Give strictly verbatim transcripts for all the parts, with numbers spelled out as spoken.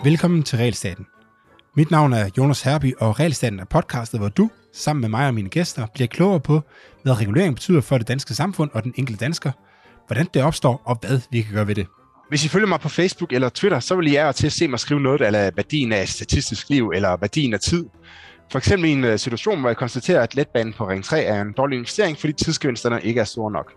Velkommen til Realstaten. Mit navn er Jonas Herby, og Realstaten er podcastet, hvor du, sammen med mig og mine gæster, bliver klogere på, hvad regulering betyder for det danske samfund og den enkelte dansker, hvordan det opstår, og hvad vi kan gøre ved det. Hvis I følger mig på Facebook eller Twitter, så vil I af og til se mig skrive noget af værdien af statistisk liv eller værdien af tid. For eksempel i en situation, hvor jeg konstaterer, at letbanen på Ring tre er en dårlig investering, fordi tidsgevinsterne ikke er store nok.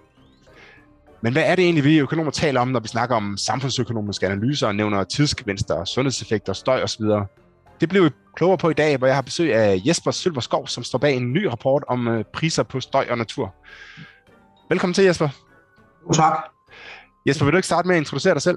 Men hvad er det egentlig, vi økonomer taler om, når vi snakker om samfundsøkonomiske analyser og nævner tidsgevinster, sundhedseffekter, støj osv.? Det blev vi klogere på i dag, hvor jeg har besøg af Jesper Sølver Skov, som står bag en ny rapport om priser på støj og natur. Velkommen til, Jesper. Jo, tak. Jesper, vil du ikke starte med at introducere dig selv?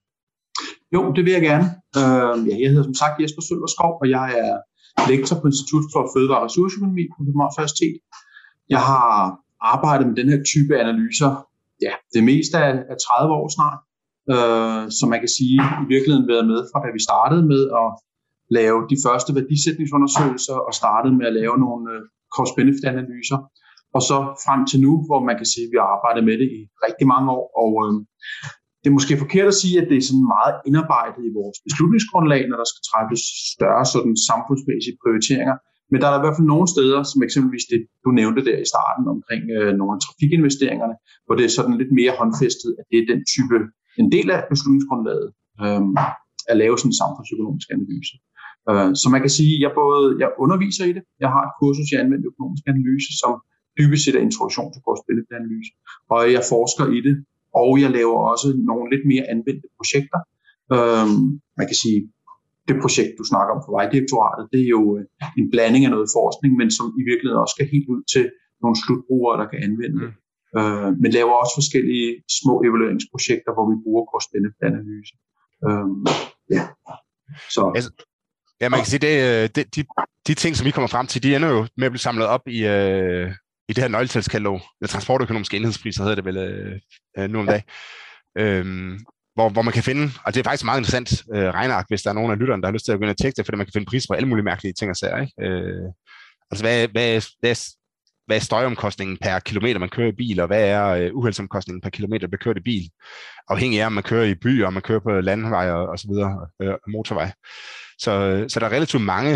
Jo, det vil jeg gerne. Uh, ja, jeg hedder som sagt Jesper Sølver Skov, og jeg er lektor på Institut for Fødevare- og Ressourceøkonomi på Københavns Universitet. Jeg har arbejdet med den her type analyser, ja, det meste af, af tredive år snart, uh, som man kan sige i virkeligheden været med fra da vi startede med at lave de første værdisætningsundersøgelser og startede med at lave nogle uh, cost-benefit-analyser. Og så frem til nu, hvor man kan sige, at vi har arbejdet med det i rigtig mange år. Og uh, det er måske forkert at sige, at det er sådan meget indarbejdet i vores beslutningsgrundlag, når der skal træffes større sådan samfundsmæssige prioriteringer. Men der er i hvert fald nogle steder, som eksempelvis det, du nævnte der i starten omkring øh, nogle af trafikinvesteringerne, hvor det er sådan lidt mere håndfæstet, at det er den type, en del af beslutningsgrundlaget, øh, at lave sådan en samfundsøkonomisk analyse. Øh, så man kan sige, at jeg både jeg underviser i det, jeg har et kursus i anvendt økonomisk analyse, som dybest set er introduktion til cost-benefit-analyse, og jeg forsker i det, og jeg laver også nogle lidt mere anvendte projekter. Øh, man kan sige, det projekt, du snakker om for Vejdirektoratet, det er jo en blanding af noget forskning, men som i virkeligheden også skal helt ud til nogle slutbrugere, der kan anvende det. Mm. Øh, men laver også forskellige små evalueringsprojekter, hvor vi bruger cost-benefit-analyse. Øh, ja. Så. Altså, ja, man kan sige, det, det, de, de ting, som vi kommer frem til, de ender jo med at blive samlet op i, øh, i det her nøgletalskatalog, eller transportøkonomiske enhedspriser hedder det vel øh, nu om dagen. Ja. Øh, Hvor, hvor man kan finde, og det er faktisk meget interessant øh, regneark, hvis der er nogen af lytterne, der har lyst til at gå ind og tjekke det, fordi man kan finde priser på alle mulige mærkelige ting og sager. Ikke? Øh, altså, hvad, hvad, hvad, hvad er støjomkostningen per kilometer, man kører i bil, og hvad er øh, uheldsomkostningen per kilometer, der kører i bil? Afhængig af, om man kører i byer, om man kører på landvej og, og så videre, øh, motorvej. Så, så der er relativt mange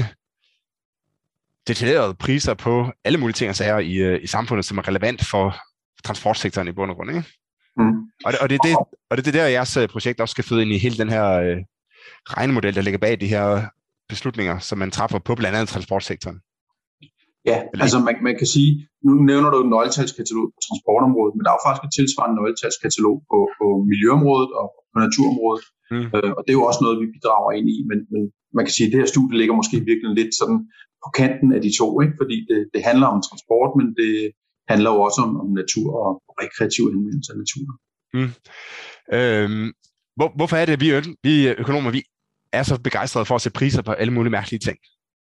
detaljerede priser på alle mulige ting og sager i, øh, i samfundet, som er relevant for transportsektoren i bund og grund, ikke? Mm. Og, det, og, det, det, og det er det der, jeres projekt også skal føde ind i hele den her øh, regnemodel, der ligger bag de her beslutninger, som man træffer på blandt andet transportsektoren. Ja, altså man, man kan sige, nu nævner du et nøgletalskatalog på transportområdet, men der er jo faktisk et tilsvarende nøgletalskatalog på, på miljøområdet og på naturområdet, mm. øh, og det er jo også noget, vi bidrager ind i, men, men man kan sige, at det her studie ligger måske virkelig lidt sådan på kanten af de to, ikke? Fordi det, det handler om transport, men det handler jo også om, om natur og rekreativ anvendelse af naturen. Mm. Øhm, hvor, hvorfor er det, at vi, vi økonomer vi er så begejstrede for at se priser på alle mulige mærkelige ting?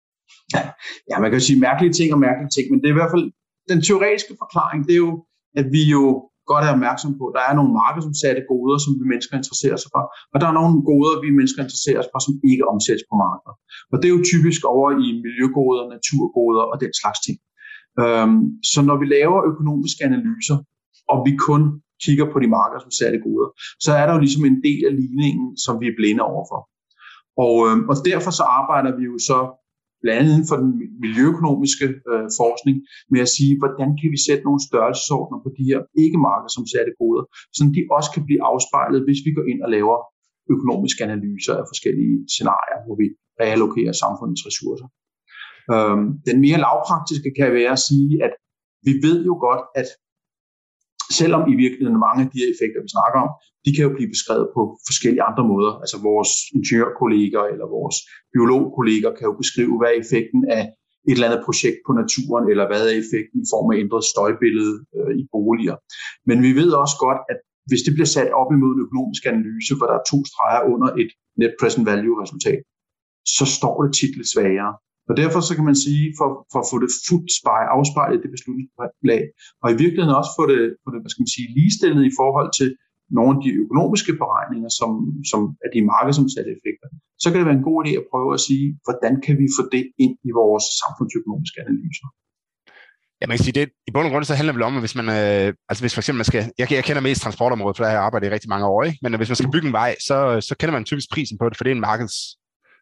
Ja, man kan jo sige mærkelige ting og mærkelige ting, men det er i hvert fald den teoretiske forklaring, det er jo, at vi jo godt er opmærksom på, at der er nogle markedsomsatte goder, som vi mennesker interesserer sig for, og der er nogle goder, vi mennesker interesserer os for, som ikke omsættes på markedet. Og det er jo typisk over i miljøgoder, naturgoder og den slags ting. Um, så når vi laver økonomiske analyser, og vi kun kigger på de markedsomsatte goder, så er der jo ligesom en del af ligningen, som vi er blinde overfor. Og, øhm, og derfor så arbejder vi jo så blandt andet inden for den miljøøkonomiske øh, forskning med at sige, hvordan kan vi sætte nogle størrelsesordner på de her ikke markedsomsatte goder, så de også kan blive afspejlet, hvis vi går ind og laver økonomiske analyser af forskellige scenarier, hvor vi reallokerer samfundets ressourcer. Øhm, den mere lavpraktiske kan være at sige, at vi ved jo godt, at selvom i virkeligheden mange af de her effekter, vi snakker om, de kan jo blive beskrevet på forskellige andre måder. Altså vores ingeniørkolleger eller vores biologkolleger kan jo beskrive, hvad er effekten af et eller andet projekt på naturen, eller hvad er effekten i form af ændret støjbillede øh, i boliger. Men vi ved også godt, at hvis det bliver sat op imod en økonomisk analyse, hvor der er to streger under et net present value resultat, så står det tit lidt svagere. Og derfor så kan man sige, for, for at få det fuldt spejl, afspejlet det beslutningsgrundlag, og i virkeligheden også få det, få det hvad skal man sige, ligestillet i forhold til nogle af de økonomiske beregninger, som, som er de markedsomsatte effekter, så kan det være en god idé at prøve at sige, hvordan kan vi få det ind i vores samfundsøkonomiske analyser. Ja, man kan sige, det, i bund og grund så handler det vel om, at hvis man, øh, altså hvis for eksempel man skal, jeg, jeg kender mest transportområdet, for der har jeg arbejdet i rigtig mange år, ikke? Men hvis man skal bygge en vej, så, så kender man typisk prisen på det, for det er en markeds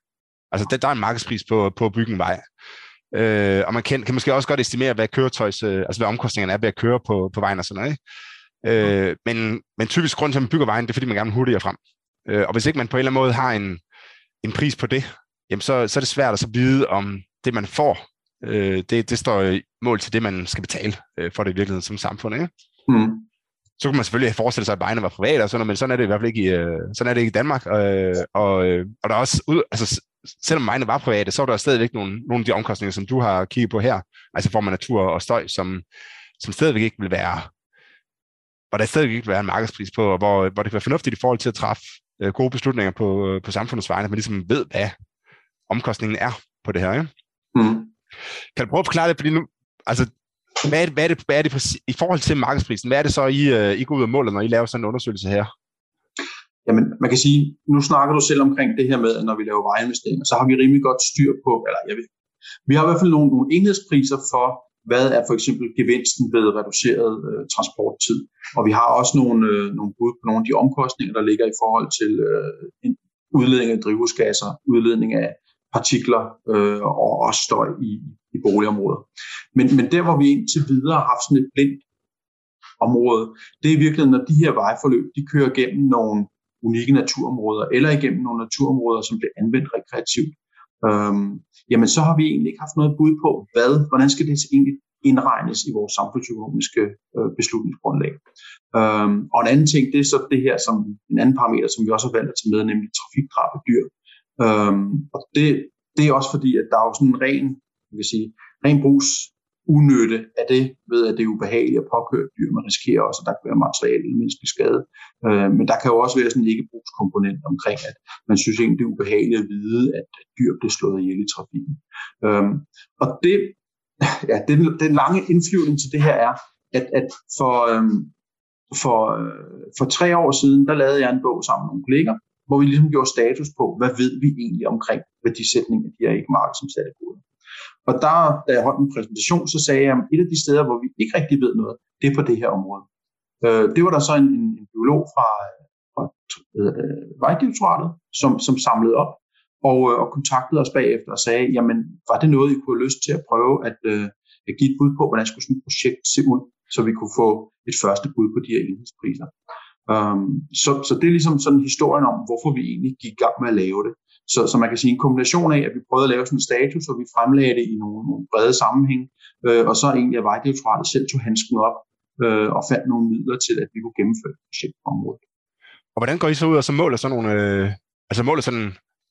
Altså, der, der er en markedspris på, på at bygge en vej. Øh, og man kan, kan måske også godt estimere, hvad køretøjs, øh, altså hvad omkostningerne er ved at køre på, på vejen og sådan noget. Ikke? Øh, men, men typisk grund til, at man bygger vejen, det er, fordi man gerne vil hurtigere frem. Øh, og hvis ikke man på en eller anden måde har en, en pris på det, jamen så, så er det svært at så vide, om det, man får, øh, det, det står i mål til det, man skal betale øh, for det i virkeligheden som samfund. Ikke? Mm. Så kan man selvfølgelig forestille sig, at vejene var private og sådan noget, men sådan er det i hvert fald ikke i, øh, sådan er det ikke i Danmark. Øh, og, øh, og der er også, ud, altså, selvom vejene var private, så er der stadigvæk nogle, nogle af de omkostninger, som du har kigget på her, altså i form af natur og støj, som, som stadigvæk ikke vil være, hvor der stadigvæk ikke vil være en markedspris på, og hvor, hvor det kan være fornuftigt i forhold til at træffe øh, gode beslutninger på, på samfundets vegne, at man ligesom ved, hvad omkostningen er på det her. Ikke? Mm. Kan du prøve at forklare det, fordi nu, altså, hvad er det, hvad er det, hvad er det i forhold til markedsprisen, hvad er det så, I, uh, I går ud og måler, når I laver sådan en undersøgelse her? Jamen, man kan sige, nu snakker du selv omkring det her med, at når vi laver vejinvesteringer, så har vi rimelig godt styr på, eller jeg ved, vi har i hvert fald nogle, nogle enhedspriser for, hvad er for eksempel gevinsten ved reduceret øh, transporttid. Og vi har også nogle, øh, nogle bud på nogle af de omkostninger, der ligger i forhold til øh, en udledning af drivhusgasser, udledning af partikler øh, og også støj i, i boligområder. Men, men der, hvor vi indtil videre har haft sådan et blindt område, det er i virkeligheden, når de her vejforløb, de kører gennem nogle unikke naturområder, eller igennem nogle naturområder, som bliver anvendt rekreativt, øhm, jamen så har vi egentlig ikke haft noget bud på, hvad, hvordan skal det egentlig indregnes i vores samfundsøkonomiske øh, beslutningsgrundlag. Øhm, og en anden ting, det er så det her som en anden parameter, som vi også har valgt at tage med, nemlig trafikdrab af dyr. Øhm, og det, det er også fordi, at der er jo sådan en ren, jeg vil sige, ren brugs unytte af det, ved at det er ubehageligt at påkøre dyr. Man risikerer også, at der kan være materiale eller menneskelig skade. Øh, men der kan jo også være sådan en ikke-brugskomponent omkring, at man synes egentlig, det er ubehageligt at vide, at dyr bliver slået ihjel i trafikken. Øh, og det, ja, den, den lange indflyvning til det her er, at, at for, øh, for, øh, for tre år siden, der lavede jeg en bog sammen med nogle kolleger, hvor vi ligesom gjorde status på, hvad ved vi egentlig omkring værdisætning af de her ikke-marked som satte goder. Og der, da jeg holdt en præsentation, så sagde jeg, at et af de steder, hvor vi ikke rigtig ved noget, det er på det her område. Øh, det var der så en, en, en biolog fra, fra øh, Vejdirektoratet, som, som samlede op og, øh, og kontaktede os bagefter og sagde, jamen, var det noget, I kunne have lyst til at prøve at, øh, at give et bud på, hvordan skulle sådan et projekt se ud, så vi kunne få et første bud på de her enhedspriser. Um, så, så det er ligesom sådan historien om, hvorfor vi egentlig gik i gang med at lave det. Så, så man kan sige en kombination af, at vi prøvede at lave sådan en status, og vi fremlagde det i nogle, nogle brede sammenhæng, øh, og så egentlig at Vejdirektoratet selv tog handsken op øh, og fandt nogle midler til, at vi kunne gennemføre et projekt på området. Og hvordan går I så ud og så måler sådan nogle, øh, altså måler sådan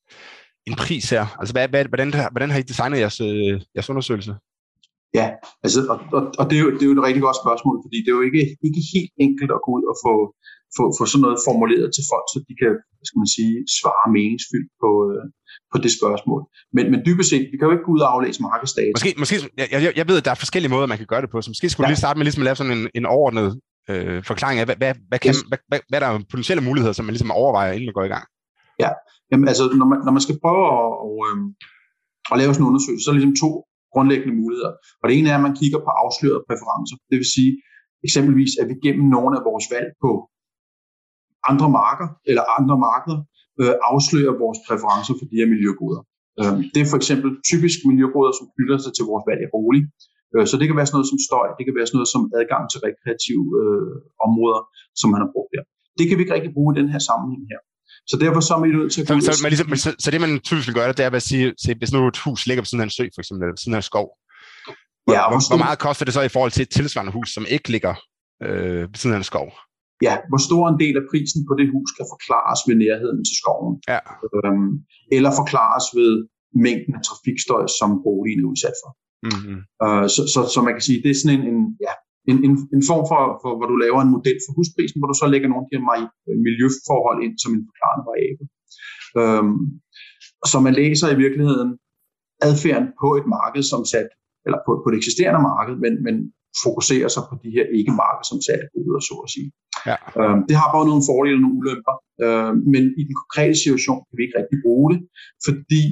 en pris her? Altså hvad, hvad, hvordan, hvordan har I designet jeres, øh, jeres undersøgelse? Ja, altså, og, og, og det, er jo, det er jo et rigtig godt spørgsmål, fordi det er jo ikke, ikke helt enkelt at gå ud og få, få, få sådan noget formuleret til folk, så de kan, hvad skal man sige, svare meningsfyldt på, øh, på det spørgsmål. Men, men dybest set, vi kan jo ikke gå ud og aflæse markedsdata. Måske, måske jeg, jeg ved, at der er forskellige måder, man kan gøre det på, så måske skulle ja. du lige starte med ligesom at lave sådan en, en overordnet øh, forklaring af, hvad, hvad, hvad, kan, yes. hvad, hvad, hvad der er potentielle muligheder, som man ligesom overvejer, inden man går i gang. Ja, jamen altså, når man, når man skal prøve at, og, øh, at lave sådan en undersøgelse, så er det ligesom to grundlæggende muligheder. Og det ene er, at man kigger på afslørede præferencer. Det vil sige, eksempelvis, at vi gennem nogle af vores valg på andre marker eller andre markeder øh, afslører vores præferencer for de her miljøgoder. Øh, det er for eksempel typisk miljøgoder, som knytter sig til vores valg af bolig. Øh, så det kan være sådan noget som støj, det kan være sådan noget som adgang til rekreative øh, områder, som man har brugt der. Det kan vi ikke rigtig bruge i den her sammenhæng her. Så derfor så er man nødt til at så, så, man ligesom, så, så det man typisk vil gøre, det er at sige, hvis nu et hus ligger på siden af en sø, for eksempel, eller siden af en skov, hvor, ja, hvor, hvor meget koster det så i forhold til et tilsvarende hus, som ikke ligger øh, ved siden af en skov? Ja, hvor stor en del af prisen på det hus kan forklares ved nærheden til skoven, ja. øhm, eller forklares ved mængden af trafikstøj, som boligen er udsat for. Mm-hmm. Øh, så, så, så man kan sige, det er sådan en, en ja, En, en, en form for, for, hvor du laver en model for husprisen, hvor du så lægger nogle af de her miljøforhold ind som en forklarende variabel. Øhm, så man læser i virkeligheden adfærden på et marked, som sat, eller på, på det eksisterende marked, men, men fokuserer sig på de her ikke-marked, som satte goder, så at sige. Ja. Øhm, det har bare nogle fordele og nogle ulemper, øhm, men i den konkrete situation kan vi ikke rigtig bruge det, fordi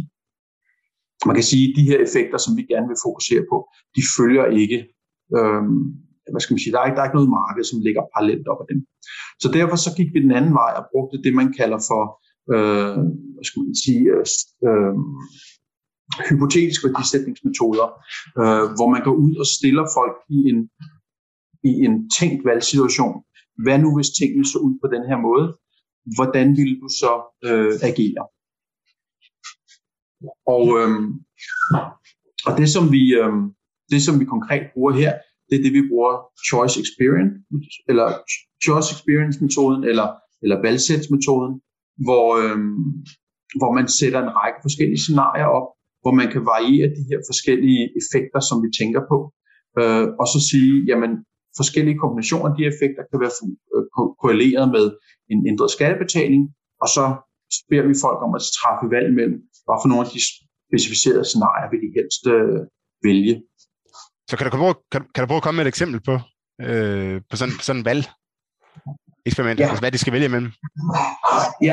man kan sige, at de her effekter, som vi gerne vil fokusere på, de følger ikke øhm, hvad skal man sige, der er, ikke, der er ikke noget marked, som ligger parallelt op ad dem. Så derfor så gik vi den anden vej og brugte det, man kalder for øh, hvad skal man sige, øh, hypotetiske værdisætningsmetoder, øh, hvor man går ud og stiller folk i en, i en tænkt valgsituation. Hvad nu, hvis tingene så ud på den her måde? Hvordan vil du så øh, agere? Og, øh, og det, som vi, øh, det, som vi konkret bruger her, det er det, vi bruger choice experience, eller choice experience-metoden, eller, eller valgsætsmetoden, hvor, øh, hvor man sætter en række forskellige scenarier op, hvor man kan variere de her forskellige effekter, som vi tænker på, øh, og så sige, jamen, forskellige kombinationer af de effekter kan være ko- korreleret med en ændret skattebetaling, og så beder vi folk om at træffe valg mellem, hvad for nogle af de specificerede scenarier vil de helst øh, vælge. Så kan du, prøve, kan, kan du prøve at komme med et eksempel på, øh, på sådan, på sådan en valg-eksperiment, ja. Altså hvad de skal vælge imellem? Ja,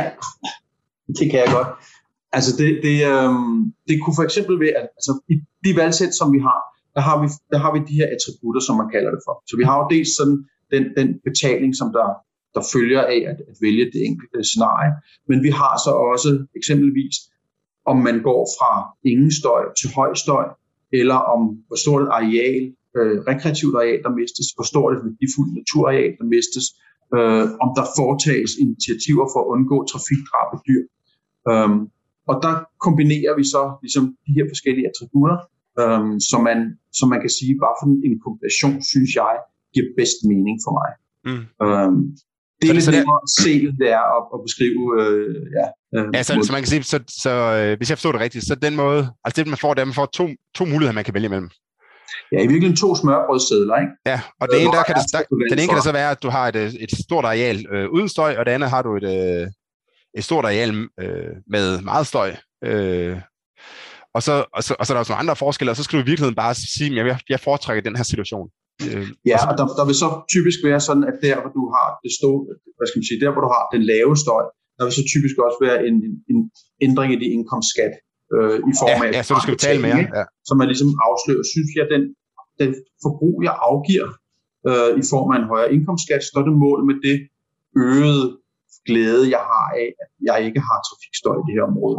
det kan jeg godt. Altså det, det, øh, det kunne for eksempel være, altså i de valgsæt, som vi har, der har vi, der har vi de her attributter, som man kalder det for. Så vi har jo dels sådan den, den betaling, som der, der følger af at, at vælge det enkelte scenarie, men vi har så også eksempelvis, om man går fra ingen støj til høj støj, eller om hvor stort et areal, øh, rekreativt areal, der mistes, hvor stort et værdifuldt naturareal, der mistes, øh, om der foretages initiativer for at undgå trafikdrab af dyr. Um, og der kombinerer vi så ligesom de her forskellige attributter, um, som, man, som man kan sige, bare for en kombination, synes jeg, giver bedst mening for mig. Mm. Um, det er lidt nemmere at se, det er at, at beskrive, øh, ja. Øh, ja, så, så man kan sige, så, så øh, hvis jeg forstår det rigtigt, så den måde, altså det man får, det er, man får to, to muligheder, man kan vælge imellem. Ja, i virkeligheden to smørbrødssedler, ikke? Ja, og det ene, der kan det, der, den ene kan det så være, at du har et, et stort areal øh, uden støj, og det andet har du et, øh, et stort areal øh, med meget støj. Øh, og, så, og, så, og så er der også nogle andre forskelle, og så skal du i virkeligheden bare sige, at jeg, jeg foretrækker den her situation. Øh, ja, og der, der vil så typisk være sådan, at der, hvor du har det store, hvad skal man sige, der, hvor du har den lave støj, der vil så typisk også være en, en, en ændring i din indkomstskat øh, i form af... Ja, ja, så du skal betale mere. Ja. Som man ligesom afslører. Synes jeg, den, den forbrug, jeg afgiver øh, i form af en højere indkomstskat, står det mål med det øgede glæde, jeg har af, at jeg ikke har trafikstøj i det her område.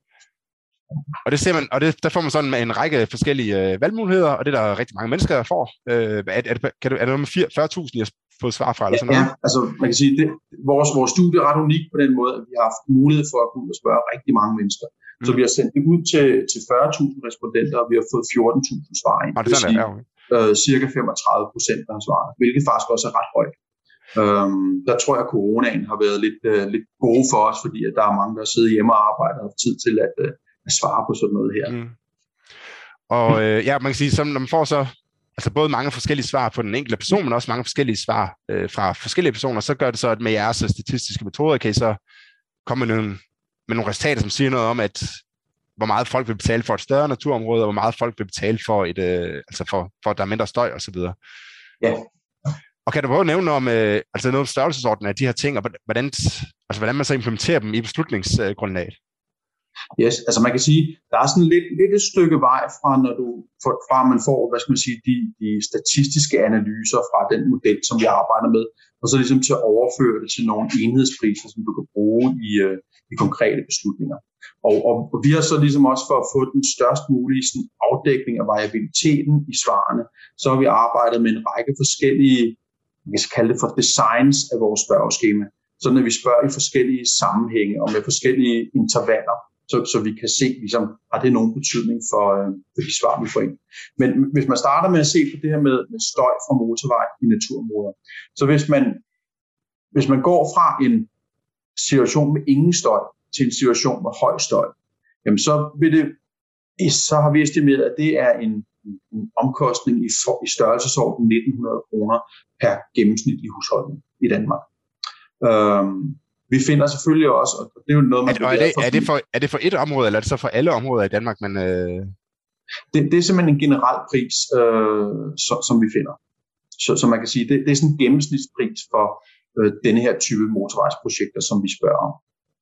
Og det ser man, og det, der får man sådan en række forskellige øh, valgmuligheder, og det er der rigtig mange mennesker, der får. Øh, er, er, det, kan du, er det noget med fyrre tusind, jeg har fået svar fra? Eller sådan ja, noget? Ja, altså man kan sige, det, vores, vores studie er ret unikt på den måde, at vi har haft mulighed for at kunne spørge rigtig mange mennesker. Mm. Så vi har sendt det ud til, til fyrre tusind respondenter, og vi har fået fjorten tusind svar ind. Og det er sådan, sige, ja, øh, cirka femogtredive procent der har svaret, hvilket faktisk også er ret højt. Øhm, der tror jeg, at coronaen har været lidt, øh, lidt gode for os, fordi at der er mange, der sidder hjemme og arbejder og har tid til at, øh, at svare på sådan noget her. Mm. Og øh, ja, man kan sige, som når man får så altså både mange forskellige svar på den enkelte person, men også mange forskellige svar øh, fra forskellige personer, så gør det så, at med jeres statistiske metoder kan I så komme med nogle, med nogle resultater, som siger noget om, at hvor meget folk vil betale for et større naturområde, og hvor meget folk vil betale for, et, øh, altså for, for at der er mindre støj osv. Ja. Og kan du prøve at nævne noget om, øh, altså noget om størrelsesordenen af de her ting, og hvordan, altså hvordan man så implementerer dem i beslutningsgrundlaget? Yes, altså man kan sige, der er sådan lidt, lidt et stykke vej fra, når du, fra man får, hvad skal man sige, de, de statistiske analyser fra den model, som vi arbejder med, og så ligesom til at overføre det til nogle enhedspriser, som du kan bruge i, øh, i konkrete beslutninger. Og, og, og vi har så ligesom også for at få den størst mulige sådan, afdækning af variabiliteten i svarene, så har vi arbejdet med en række forskellige, vi skal kalde det for designs af vores spørgeskema, så når vi spørger i forskellige sammenhænge og med forskellige intervaller, så, så vi kan se, ligesom, har det nogen betydning for, øh, for de svar, vi får ind. Men hvis man starter med at se på det her med, med støj fra motorvej i naturområder, så hvis man, hvis man går fra en situation med ingen støj til en situation med høj støj, jamen så, vil det, så har vi estimeret, at det er en, en omkostning i, for, i størrelsesorden nitten hundrede kroner per gennemsnitlig husholdning i Danmark. Øhm, vi finder selvfølgelig også, og det er jo noget, man... Er, er, det, er, det for, er det for et område, eller er det så for alle områder i Danmark, man... Øh... Det, det er simpelthen en generel pris, øh, som, som vi finder. Så, så man kan sige, det, det er sådan en gennemsnitspris for øh, denne her type motorvejsprojekter, som vi spørger om.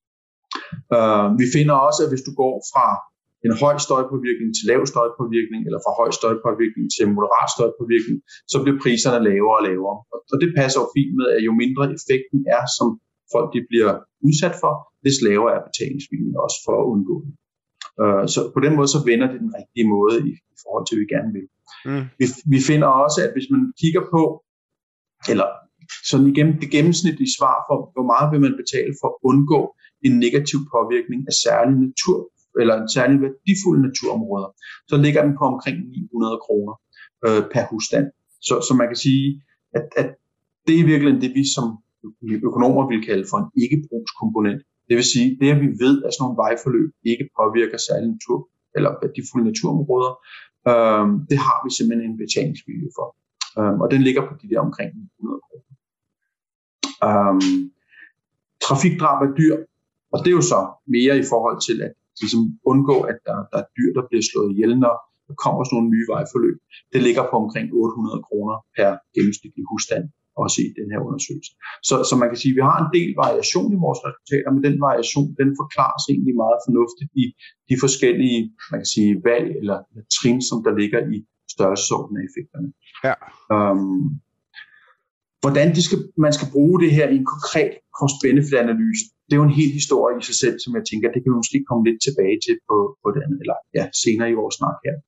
Øh, vi finder også, at hvis du går fra en høj støjpåvirkning til lav støjpåvirkning, eller fra høj støjpåvirkning til moderat støjpåvirkning, så bliver priserne lavere og lavere. Og det passer jo fint med, at jo mindre effekten er, som folk de bliver udsat for, des lavere er betalingsviljen også for at undgå det. Uh, så på den måde så vender det den rigtige måde i, i forhold til, hvad vi gerne vil. Mm. Vi, vi finder også, at hvis man kigger på, eller sådan igennem det gennemsnitlige svar for, hvor meget vil man betale for at undgå en negativ påvirkning af særlige natur, eller en særlig værdifulde naturområder, så ligger den på omkring ni hundrede kroner øh, per husstand. Så, så man kan sige, at, at det er virkelig det, vi som økonomer vil kalde for en ikke-brugskomponent. Det vil sige, det at vi ved, at sådan nogle vejforløb ikke påvirker særlig natur, eller værdifulde naturområder, øh, det har vi simpelthen en betalingsvilje for. Øh, og den ligger på de der omkring ni hundrede kroner. Øh, trafikdrab af dyr, og det er jo så mere i forhold til at ligesom undgå, at der, der er dyr, der bliver slået ihjel, når der kommer sådan nogle nye vejforløb. Det ligger på omkring otte hundrede kroner per gennemsnitlig husstand, også i den her undersøgelse. Så, så man kan sige, at vi har en del variation i vores resultater, men den variation, den forklares egentlig meget fornuftigt i de forskellige, man kan sige, valg eller, eller trin, som der ligger i størrelsesorden af effekterne. Ja. Um, hvordan de skal, man skal bruge det her i en konkret cost-benefit-analyse, det er jo en hel historie i sig selv, som jeg tænker, det kan vi måske komme lidt tilbage til på, på det andet, eller ja, senere i vores snak her.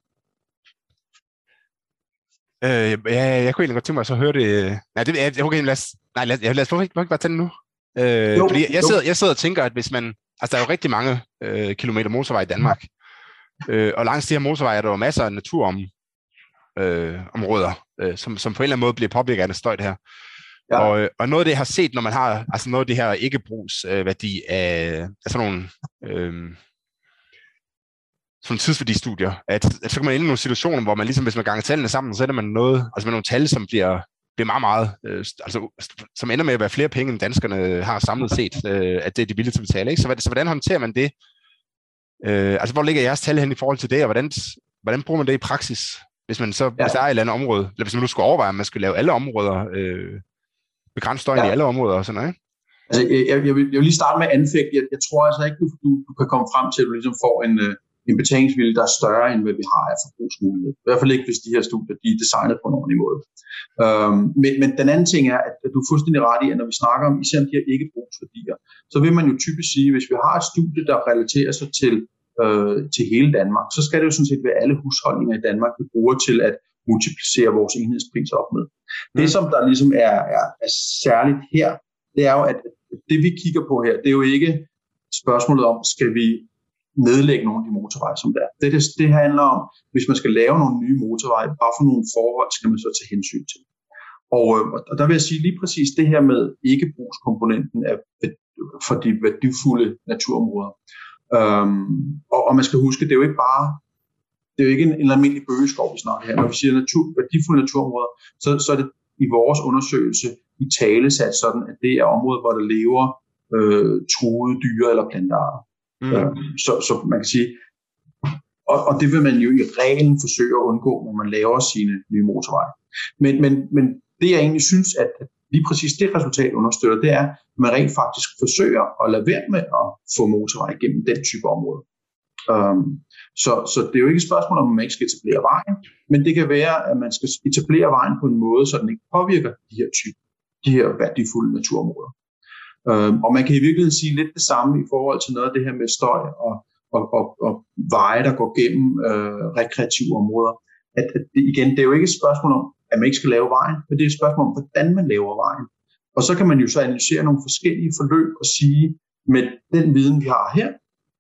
Øh, ja, jeg kunne egentlig godt tænke mig at så høre det. Nej, det jeg, okay, lad os, nej, lad, lad os hvorfor ikke, ikke bare tage det nu? Øh, jo, fordi jeg sidder, jeg sidder og tænker, at hvis man, altså der er jo rigtig mange øh, kilometer motorvej i Danmark, øh, og langs de her motorveje er der jo masser af naturområder, øh, øh, som, som på en eller anden måde bliver påvirket af det støj her. Ja. Og, og noget af det, jeg har set, når man har altså noget af det her ikke-brugsværdi øh, af, af sådan nogle øh, sådan tidsværdistudier, at, at så kan man ind i nogle situationer, hvor man ligesom, hvis man ganger tallene sammen, så er man noget, altså med nogle tal, som bliver, bliver meget, meget, øh, altså som ender med at være flere penge, end danskerne har samlet set, øh, at det er de villige til at betale, ikke? Så, så hvordan håndterer man det? Øh, altså hvor ligger jeres tal hen i forhold til det, og hvordan, hvordan bruger man det i praksis, hvis man så, ja. hvis der er et eller andet område, eller hvis man nu skulle overveje, at man skulle lave alle områder, øh, begrænse støjen ja. i alle områder og sådan noget, ikke? Altså, jeg, jeg, vil, jeg vil lige starte med at anfægte. Jeg, jeg tror altså ikke, du, du, du kan komme frem til, at du ligesom får en, en betalingsvilje, der er større, end hvad vi har af forbrugsmulighed. I hvert fald ikke, hvis de her studier de er designet på en ordentlig måde. Øhm, men, men den anden ting er, at du er fuldstændig ret i, at når vi snakker om især de her ikke-brugsværdier, så vil man jo typisk sige, at hvis vi har et studie, der relaterer sig til, øh, til hele Danmark, så skal det jo sådan set være alle husholdninger i Danmark, vi bruger til at multiplicere vores enhedspris op med. Mm. Det, som der ligesom er, er, er særligt her, det er jo, at det vi kigger på her, det er jo ikke spørgsmålet om, skal vi nedlægge nogle af de motorveje, som der er. Det, det, det handler om, hvis man skal lave nogle nye motorveje, bare for nogle forhold, skal man så tage hensyn til. Og, og der vil jeg sige lige præcis det her med ikke-brugskomponenten af, for de værdifulde naturområder. Um, og, og man skal huske, det er jo ikke bare Det er jo ikke en, en almindelig bøgeskov, vi snakker her. Når vi siger natur, værdifulde naturområder, så, så er det i vores undersøgelse i tale sat sådan, at det er områder, hvor der lever øh, truede dyre eller plantearter. Mm. Øh, så, så man kan sige, og, og det vil man jo i reglen forsøge at undgå, når man laver sine nye motorveje. Men, men, men det jeg egentlig synes, at lige præcis det resultat understøtter, det er, at man rent faktisk forsøger at lade være med at få motorveje gennem den type område. Um, så, så det er jo ikke et spørgsmål om, at man ikke skal etablere vejen, men det kan være, at man skal etablere vejen på en måde, så den ikke påvirker de her typer, de her værdifulde naturområder. Um, og man kan i virkeligheden sige lidt det samme i forhold til noget af det her med støj og, og, og, og veje, der går gennem øh, rekreative områder. At, at det, igen, det er jo ikke et spørgsmål om, at man ikke skal lave vejen, men det er et spørgsmål om, hvordan man laver vejen. Og så kan man jo så analysere nogle forskellige forløb og sige, med den viden, vi har her,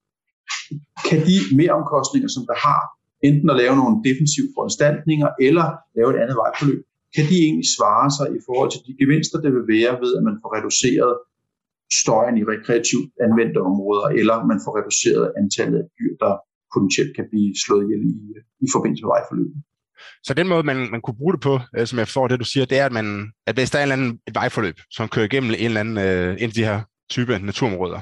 kan de meromkostninger, som der har, enten at lave nogle defensive foranstaltninger eller lave et andet vejforløb, kan de egentlig svare sig i forhold til de gevinster, det vil være ved, at man får reduceret støjen i rekreativt anvendte områder, eller man får reduceret antallet af dyr, der potentielt kan blive slået ihjel i, i forbindelse med vejforløbet. Så den måde, man, man kunne bruge det på, øh, som jeg forstår det, du siger, det er, at, man, at hvis der er en eller anden, et vejforløb, som kører igennem en eller anden øh, en af de her type naturområder,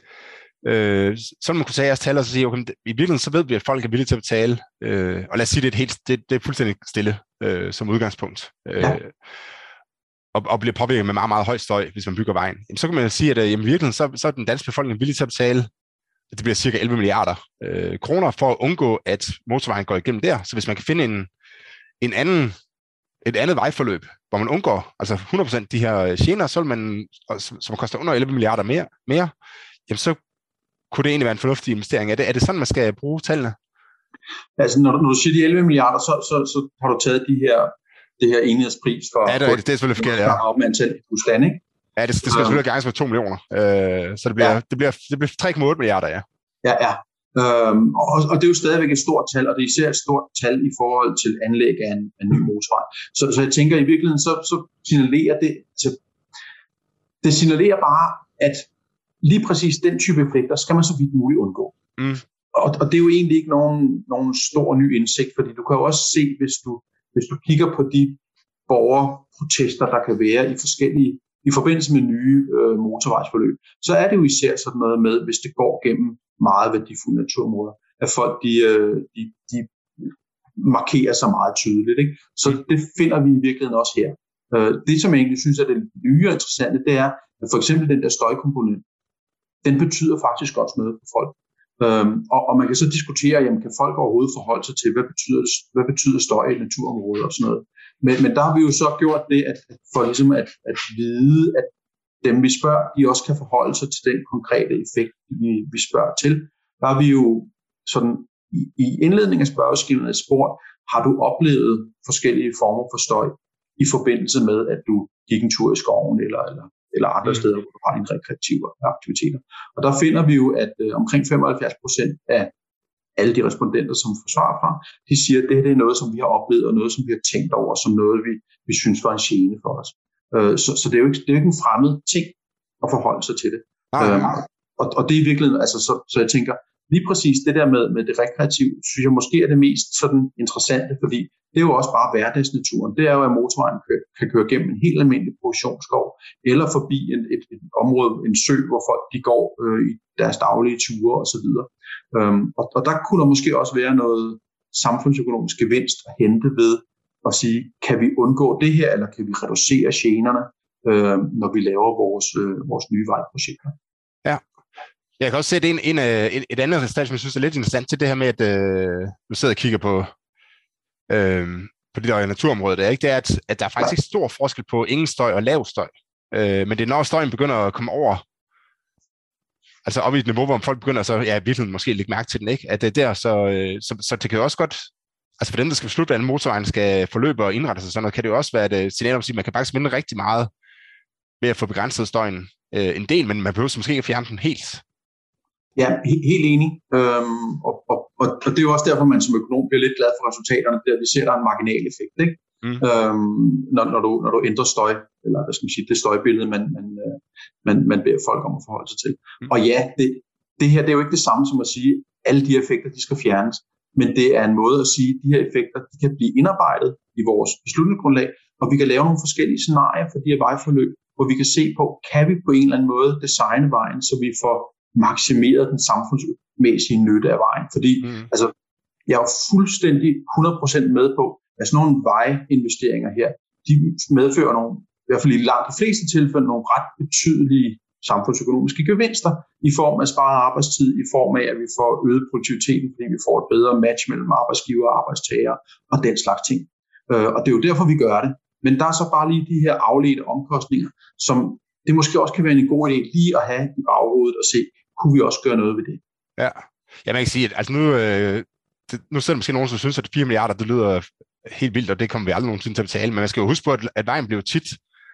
Øh, så man kunne tage jeres tal og så sige, okay, i virkeligheden så ved vi, at folk er villige til at betale, øh, og lad os sige, det er, helt, det, det er fuldstændig stille øh, som udgangspunkt, øh, ja. og, og bliver påvirket med meget, meget høj støj, hvis man bygger vejen. Jamen, så kan man sige, at jamen, i virkeligheden så, så er den danske befolkning villig til at betale, at det bliver cirka elleve milliarder øh, kroner for at undgå, at motorvejen går igennem der. Så hvis man kan finde en, en anden, et andet vejforløb, hvor man undgår altså hundrede procent de her gener, så vil man, som koster under elleve milliarder mere, mere jamen så kunne det egentlig være en fornuftig investering. Er det, er det sådan, man skal bruge tallene? Altså, når du, når du siger de elleve milliarder, så, så, så har du taget de her, det her enhedspris for... Ja, det er, det er selvfølgelig forkert, ja. Op med antal husstande, ikke? Ja, det, det skal um, selvfølgelig ganges med to millioner. Øh, så det bliver, ja. det bliver, det bliver tre komma otte milliarder, ja. Ja, ja. Øhm, og, og det er jo stadigvæk et stort tal, og det er især et stort tal i forhold til anlæg af en, af en ny motorvej. Så, så jeg tænker i virkeligheden, så, så signalerer det, til, det signalerer bare, at lige præcis den type effekter skal man så vidt muligt undgå. Mm. Og, og det er jo egentlig ikke nogen, nogen stor ny indsigt, fordi du kan jo også se, hvis du, hvis du kigger på de borgerprotester, der kan være i forskellige, i forbindelse med nye øh, motorvejsforløb, så er det jo især sådan noget med, hvis det går gennem meget værdifulde naturområder, at folk de, øh, de, de markerer sig meget tydeligt. Ikke? Så det finder vi i virkeligheden også her. Øh, det, som jeg egentlig synes er det nye og interessante, det er, at for eksempel den der støjkomponent, den betyder faktisk også noget for folk. Øhm, og, og man kan så diskutere, jamen, kan folk overhovedet forholde sig til, hvad betyder, hvad betyder støj i naturområder og sådan noget. Men, men der har vi jo så gjort det, at, at for ligesom at, at vide, at dem vi spørger, de også kan forholde sig til den konkrete effekt, vi, vi spørger til. Der har vi jo sådan i, i indledningen af spørgeskemaet spurgt, har du oplevet forskellige former for støj i forbindelse med, at du gik en tur i skoven eller, eller, eller andre mm. steder, hvor du har en rekreative aktiviteter. Og der finder vi jo, at øh, omkring femoghalvfjerds procent af alle de respondenter, som får svar fra, de siger, at det her det er noget, som vi har oplevet, og noget, som vi har tænkt over, som noget, vi, vi synes var en gene for os. Øh, så, så det er jo ikke, det er jo ikke en fremmed ting at forholde sig til det. Nej, øh, og, og det er i virkeligheden, altså, så, så jeg tænker, lige præcis det der med, med det rekreative, synes jeg måske er det mest sådan interessante, fordi det er jo også bare hverdagsnaturen. Det er jo, at motorvejen kan køre gennem en helt almindelig produktionsskov, eller forbi en, et, et område, en sø, hvor folk de går øh, i deres daglige ture osv. Øhm, og, og der kunne der måske også være noget samfundsøkonomisk gevinst at hente ved at sige, kan vi undgå det her, eller kan vi reducere generne, øh, når vi laver vores, øh, vores nye vejprojekter. Ja. Jeg kan også se, at det er en, en, et andet resultat, som jeg synes er lidt interessant til det her med, at øh, du sidder og kigger på, øh, på det der naturområde, der, ikke? Det er, at, at der er faktisk ikke stor forskel på ingen støj og lav støj. Øh, men det er, når støjen begynder at komme over, altså op i et niveau, hvor folk begynder så, ja, virkelig måske at lægge mærke til den, ikke? At det er der, så, så, så det kan jo også godt, altså for dem, der skal beslutte, hvordan motorvejen skal forløbe og indrette sig sådan noget, kan det jo også være et signal om at sige, at man kan faktisk vinde rigtig meget ved at få begrænset støjen øh, en del, men man behøver måske ikke at fjerne den helt. Ja, he- helt enig. Øhm, og, og, og, og det er jo også derfor, man som økonom bliver lidt glad for resultaterne, der vi ser, der er en marginal effekt, ikke? Mm. Øhm, når, når, du, når du ændrer støj, eller hvad skal man sige, det støjbillede, man, man, man, man beder folk om at forholde sig til. Mm. Og ja, det, det her det er jo ikke det samme som at sige, at alle de effekter, de skal fjernes, men det er en måde at sige, at de her effekter, de kan blive indarbejdet i vores beslutningsgrundlag, og vi kan lave nogle forskellige scenarier for de her vejforløb, hvor vi kan se på, kan vi på en eller anden måde designe vejen, så vi får maksimeret den samfundsmæssige nytte af vejen. Fordi mm. altså, jeg er jo fuldstændig hundrede procent med på, at sådan nogle vejinvesteringer her, de medfører nogle, i hvert fald i langt de fleste tilfælde, nogle ret betydelige samfundsøkonomiske gevinster i form af sparet arbejdstid, i form af, at vi får øget produktiviteten, fordi vi får et bedre match mellem arbejdsgiver og arbejdstager og den slags ting. Og det er jo derfor, vi gør det. Men der er så bare lige de her afledte omkostninger, som det måske også kan være en god idé lige at have i baghovedet og se, kunne vi også gøre noget ved det? Ja, ja man kan sige, at altså nu, øh, det, nu sidder der måske nogen, som synes, at fire milliarder, det lyder helt vildt, og det kommer vi aldrig nogensinde til at betale, men man skal jo huske på, at, at vejen bliver tit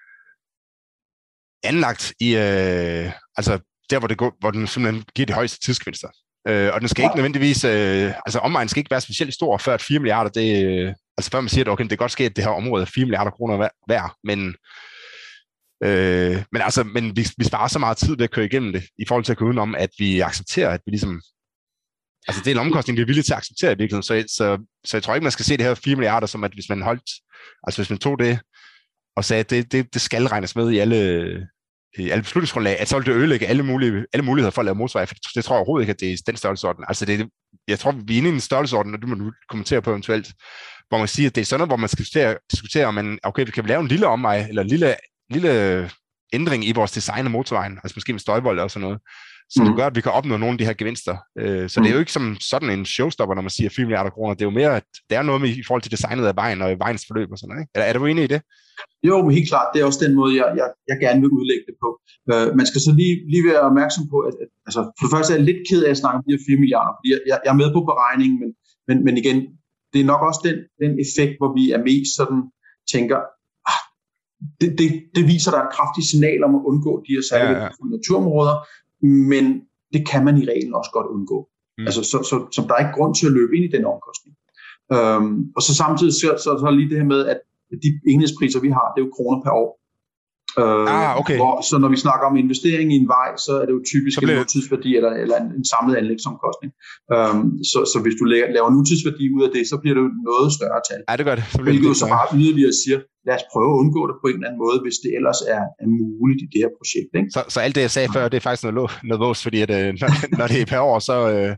anlagt i, øh, altså der, hvor, det går, hvor den simpelthen giver de højeste tidsgevinster. Øh, og den skal ikke nødvendigvis, øh, altså omvejen skal ikke være specielt stor, før at fire milliarder, det, øh, altså før man siger, at okay, det kan godt ske, at det her område er fire milliarder kroner værd, men Øh, men altså, men vi, vi sparer så meget tid ved at køre igennem det, i forhold til at køre udenom, at vi accepterer, at vi ligesom, altså det er en omkostning, vi er villige til at acceptere i virkeligheden, så, så, så jeg tror ikke, man skal se det her fire milliarder, som at hvis man holdt, altså hvis man tog det, og sagde, at det, det, det skal regnes med i alle, i alle beslutningsgrundlag, at så ville det ødelægge alle, mulige, alle muligheder for at lave motorveje, for det tror jeg overhovedet ikke, at det er den størrelsesorden. Altså det, jeg tror, vi er inde i en størrelsesorden, og det må du kommentere på eventuelt, hvor man siger, at det er sådan noget, hvor man skal diskutere, diskutere om man, okay, vi kan lave en lille omvej, eller en lille lille ændring i vores design af motorvejen, altså måske med støjvold og sådan noget, som Mm. mm. gør, at vi kan opnå nogle af de her gevinster. Øh, så mm. det er jo ikke som sådan en showstopper, når man siger fire milliarder kroner. Det er jo mere, at det er noget med i forhold til designet af vejen og vejens forløb og sådan noget. Ikke? Er, er du enig i det? Jo, men helt klart. Det er også den måde, jeg, jeg, jeg gerne vil udlægge det på. Uh, man skal så lige, lige være opmærksom på, at, at altså, for det første er jeg lidt ked af at snakke om de her fire milliarder, fordi jeg, jeg er med på beregningen, men, men, men igen, det er nok også den, den effekt, hvor vi er mest sådan, tænker, ah, det, det, det viser der et kraftigt signal om at undgå de her særlige ja, ja. naturområder, men det kan man i reglen også godt undgå. Mm. Altså, så, så, så der er ikke grund til at løbe ind i den omkostning. Um, og så samtidig så, så, så lige det her med, at de enhedspriser, vi har, det er jo kroner per år. Uh, ah, okay. hvor, så når vi snakker om investering i en vej, så er det jo typisk en nutidsværdi eller, eller en, en samlet anlægsomkostning. Um, så, så hvis du laver, laver nutidsværdi ud af det, så bliver det jo noget større tal. Ja, det gør det. Så bliver det jo så bare yderligere siger, lad os prøve at undgå det på en eller anden måde, hvis det ellers er, er muligt i det her projekt. Ikke? Så, så alt det, jeg sagde før, det er faktisk noget, noget vås, fordi at, når, når det er per år, så... Øh...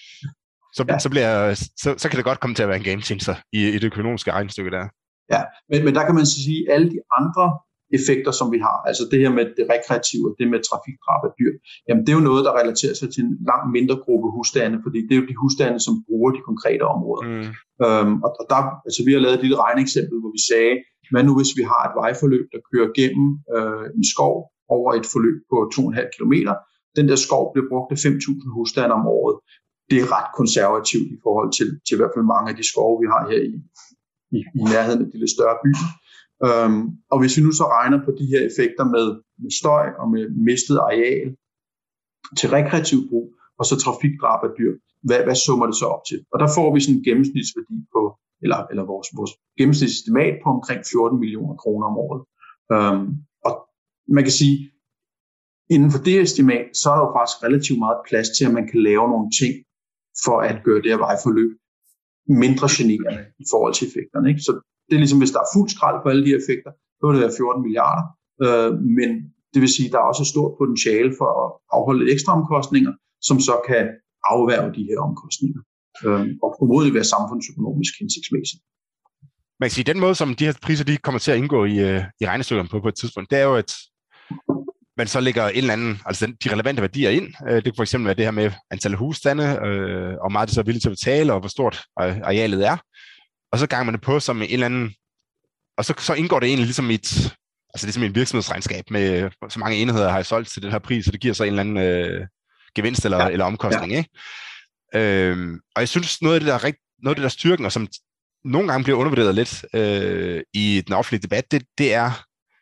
Så, ja. så, bliver, så, så kan det godt komme til at være en game changer i, i det økonomiske regnestykke der. Ja, men, men der kan man så sige, at alle de andre effekter, som vi har, altså det her med det rekreative, det med trafikdrab af dyr, jamen det er jo noget, der relaterer sig til en langt mindre gruppe husstande, fordi det er jo de husstande, som bruger de konkrete områder. Mm. Øhm, og, og der, altså vi har lavet et lille regneeksempel, hvor vi sagde, hvad nu hvis vi har et vejforløb, der kører gennem øh, en skov over et forløb på to komma fem kilometer, den der skov bliver brugt af fem tusind husstande om året. Det er ret konservativt i forhold til, til i hvert fald mange af de skove, vi har her i, i, i nærheden af de lidt større byer. Um, og hvis vi nu så regner på de her effekter med, med støj og med mistet areal til rekreativ brug, og så trafikdrab af dyr, hvad, hvad summer det så op til? Og der får vi sådan en gennemsnitsværdi på, eller, eller vores, vores gennemsnitsestimat på omkring fjorten millioner kroner om året. Um, og man kan sige, inden for det estimat, så er der jo faktisk relativt meget plads til, at man kan lave nogle ting, for at gøre det her vejforløb mindre generende i forhold til effekterne. Ikke? Så det er ligesom, hvis der er fuld skrald på alle de her effekter, så vil det være fjorten milliarder. Øh, men det vil sige, at der er også et stort potentiale for at afholde ekstra omkostninger, som så kan afværge de her omkostninger. Øh, og formodentlig være samfundsøkonomisk hensigtsmæssigt. Man kan sige, at den måde, som de her priser de kommer til at indgå i, i regnestykkerne på på et tidspunkt, det er jo, at man så lægger en eller anden, altså de relevante værdier ind. Det kan for eksempel være det her med antal husstande, øh, og meget det så er villigt til at betale, og hvor stort arealet er. Og så ganger man det på som en eller anden, og så, så indgår det egentlig ligesom i et, altså ligesom et virksomhedsregnskab med, så mange enheder har jeg solgt til den her pris, så det giver så en eller anden øh, gevinst eller, ja. eller omkostning. Ja. Ikke? Øhm, og jeg synes, noget af det, der er rigt, noget af det, der er styrken, og som nogle gange bliver undervurderet lidt øh, i den offentlige debat, det, det er,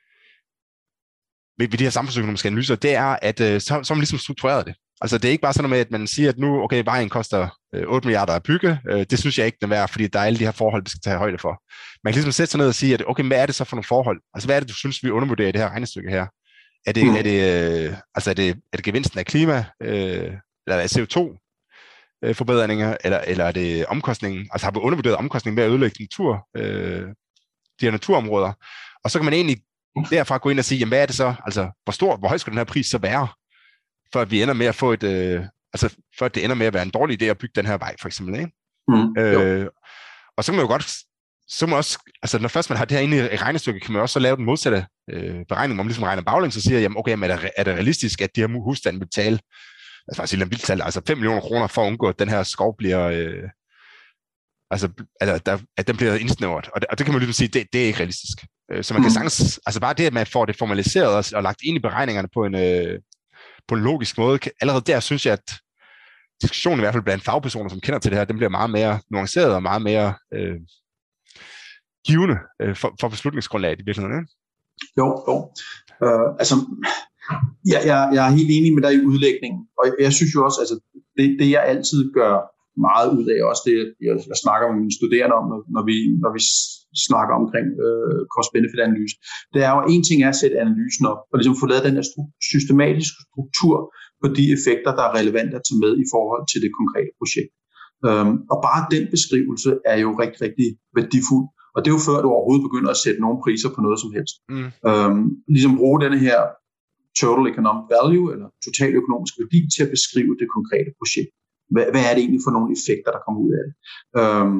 ved de her samfundsøkonomiske analyser, det er, at øh, så, så man ligesom struktureret det. Altså det er ikke bare sådan noget med, at man siger, at nu, okay, vejen koster øh, otte milliarder at bygge. Øh, det synes jeg ikke, det er værd, fordi der er alle de her forhold, vi skal tage højde for. Man kan ligesom sætte sig ned og sige, at okay, hvad er det så for nogle forhold? Altså hvad er det, du synes, vi undervurderer i det her regnestykke her? Er det, mm. er det, øh, altså, er det, er det gevinsten af klima, øh, eller er det C O to forbedringer, eller, eller er det omkostningen? Altså har vi undervurderet omkostningen ved at ødelægge natur, øh, de her naturområder? Og så kan man egentlig derfra gå ind og sige, jamen hvad er det så, altså hvor stor, hvor høj skal den her pris så være, for at vi ender med at få et, øh, altså for at det ender med at være en dårlig idé at bygge den her vej, for eksempel, ikke? Mm, øh, og så kan man jo godt, så må også, altså når først man har det her inde i regnestykket, kan man også så lave den modsatte øh, beregning, hvor man ligesom regner baglæns og siger, jamen okay, men er, det, er det realistisk, at de her husstande vil betale, altså faktisk en vildt altså fem millioner kroner for at undgå, at den her skov bliver, øh, altså, altså der, at den bliver indsnævret, og det, og det kan man ligesom sige, det, det er ikke realistisk. Så man kan sagtens, altså bare det, at man får det formaliseret og, og lagt ind i beregningerne på en, øh, på en logisk måde, kan, allerede der synes jeg, at diskussionen i hvert fald blandt fagpersoner, som kender til det her, den bliver meget mere nuanceret og meget mere øh, givende øh, for, for beslutningsgrundlaget i virkeligheden. Ikke? Jo, jo. Uh, altså, jeg, jeg, jeg er helt enig med dig i udlægningen, og jeg, jeg synes jo også, altså det, det jeg altid gør meget ud af, også det, jeg, jeg snakker med mine studerende om, når, når vi, når vi snakker omkring øh, cost-benefit-analyse, det er jo, en ting er at sætte analysen op, og ligesom få lavet den her stru- systematiske struktur på de effekter, der er relevante at tage med i forhold til det konkrete projekt. Um, og bare den beskrivelse er jo rigtig, rigtig værdifuld, og det er jo før du overhovedet begynder at sætte nogle priser på noget som helst. Mm. Um, ligesom bruge denne her total economic value, eller total økonomisk værdi, til at beskrive det konkrete projekt. Hvad, hvad er det egentlig for nogle effekter, der kommer ud af det? Um,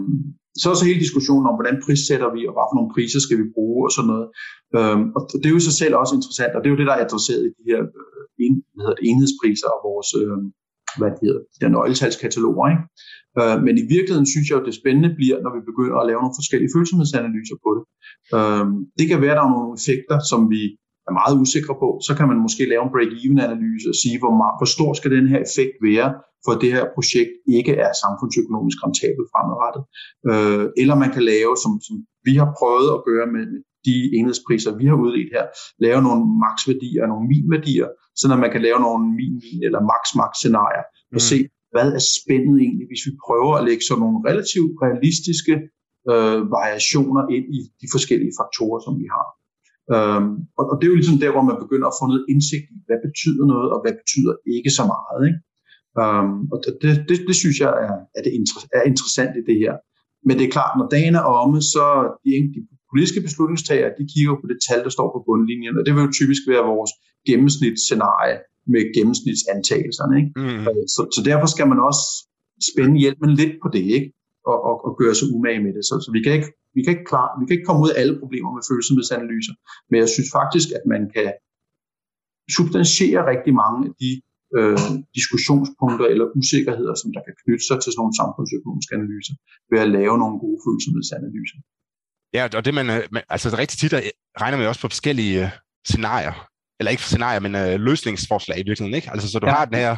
så er så hele diskussionen om, hvordan prissætter vi, og hvad for nogle priser skal vi bruge, og sådan noget. Øhm, og det er jo i sig selv også interessant, og det er jo det, der er adresseret i de her øh, en, hvad hedder det, enhedspriser og vores øh, hvad det hedder, de der nøgletalskataloger. Ikke? Øh, men i virkeligheden synes jeg jo, det spændende bliver, når vi begynder at lave nogle forskellige følsomhedsanalyser på det. Øh, det kan være, at der er nogle effekter, som vi er meget usikre på. Så kan man måske lave en break-even-analyse og sige, hvor, meget, hvor stor skal den her effekt være, for det her projekt ikke er samfundsøkonomisk rentabelt fremadrettet. Øh, eller man kan lave, som, som vi har prøvet at gøre med, med de enhedspriser, vi har udledt her, lave nogle maksværdier og nogle minværdier, så at man kan lave nogle min-min eller max-max-scenarier og mm. se, hvad er spændet egentlig, hvis vi prøver at lægge sådan nogle relativt realistiske øh, variationer ind i de forskellige faktorer, som vi har. Øhm, og, og det er jo ligesom der, hvor man begynder at få noget indsigt i, hvad betyder noget, og hvad betyder ikke så meget. Ikke? Øhm, og det, det, det synes jeg er, er, det inter- er interessant i det her. Men det er klart, når dagen er omme, så de, de politiske beslutningstagere, de kigger på det tal, der står på bundlinjen, og det vil jo typisk være vores gennemsnitsscenarie med gennemsnitsantagelserne. Ikke? Mm. Så, så derfor skal man også spænde hjelmen lidt på det, ikke? Og, og, og gøre sig umage med det. Så, så vi kan ikke Vi kan, ikke klare, vi kan ikke komme ud af alle problemer med følsomhedsanalyser, men jeg synes faktisk, at man kan substantiere rigtig mange af de øh, diskussionspunkter eller usikkerheder, som der kan knytte sig til sådan nogle samfundsøkonomiske analyser, ved at lave nogle gode følsomhedsanalyser. Ja, og det man, altså rigtig tit regner man også på forskellige scenarier, eller ikke scenarier, men øh, løsningsforslag i virkeligheden, ikke? Altså så du ja. har den her,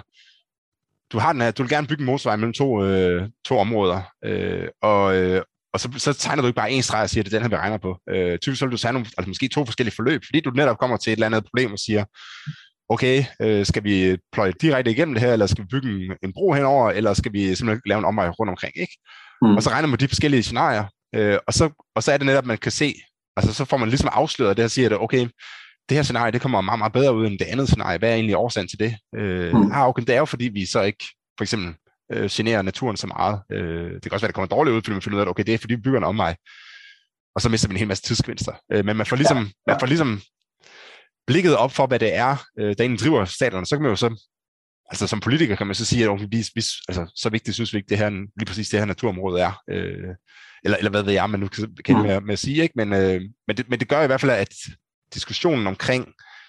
du har den her, du vil gerne bygge en motorvej mellem to, øh, to områder, øh, og øh, Og så, så tegner du ikke bare en streg og siger, at det er den her, vi regner på. Øh, typisk så vil du tage nogle, altså måske to forskellige forløb, fordi du netop kommer til et eller andet problem og siger, okay, øh, skal vi pløje direkte igennem det her, eller skal vi bygge en, en bro henover, eller skal vi simpelthen lave en omvej rundt omkring, ikke? Mm. Og så regner man de forskellige scenarier, øh, og, så, og så er det netop, at man kan se, altså så får man ligesom afsløret det her, siger, at okay, det her scenarie, det kommer meget, meget bedre ud end det andet scenarie. Hvad er egentlig årsagen til det? Øh, mm. ah, okay, det er jo fordi, vi så ikke, for eksempel, Øh, generer naturen så meget. Øh, det kan også være, at det kommer dårligt ud, fordi man finder ud af, at okay, det er fordi, vi bygger en omvej. Og så mister vi en hel masse tidsgevinster. Øh, men man får, ligesom, ja, ja. man får ligesom blikket op for, hvad det er, øh, der egentlig driver staterne. Så kan man jo så, altså som politiker kan man så sige, at okay, vi, vi, altså, så vigtigt synes vi ikke, det her, lige præcis det her naturområde er. Øh, eller, eller hvad ved jeg, man nu kan, kan mm. med, med at sige. Ikke? Men, øh, men, det, men det gør i hvert fald, at diskussionen omkring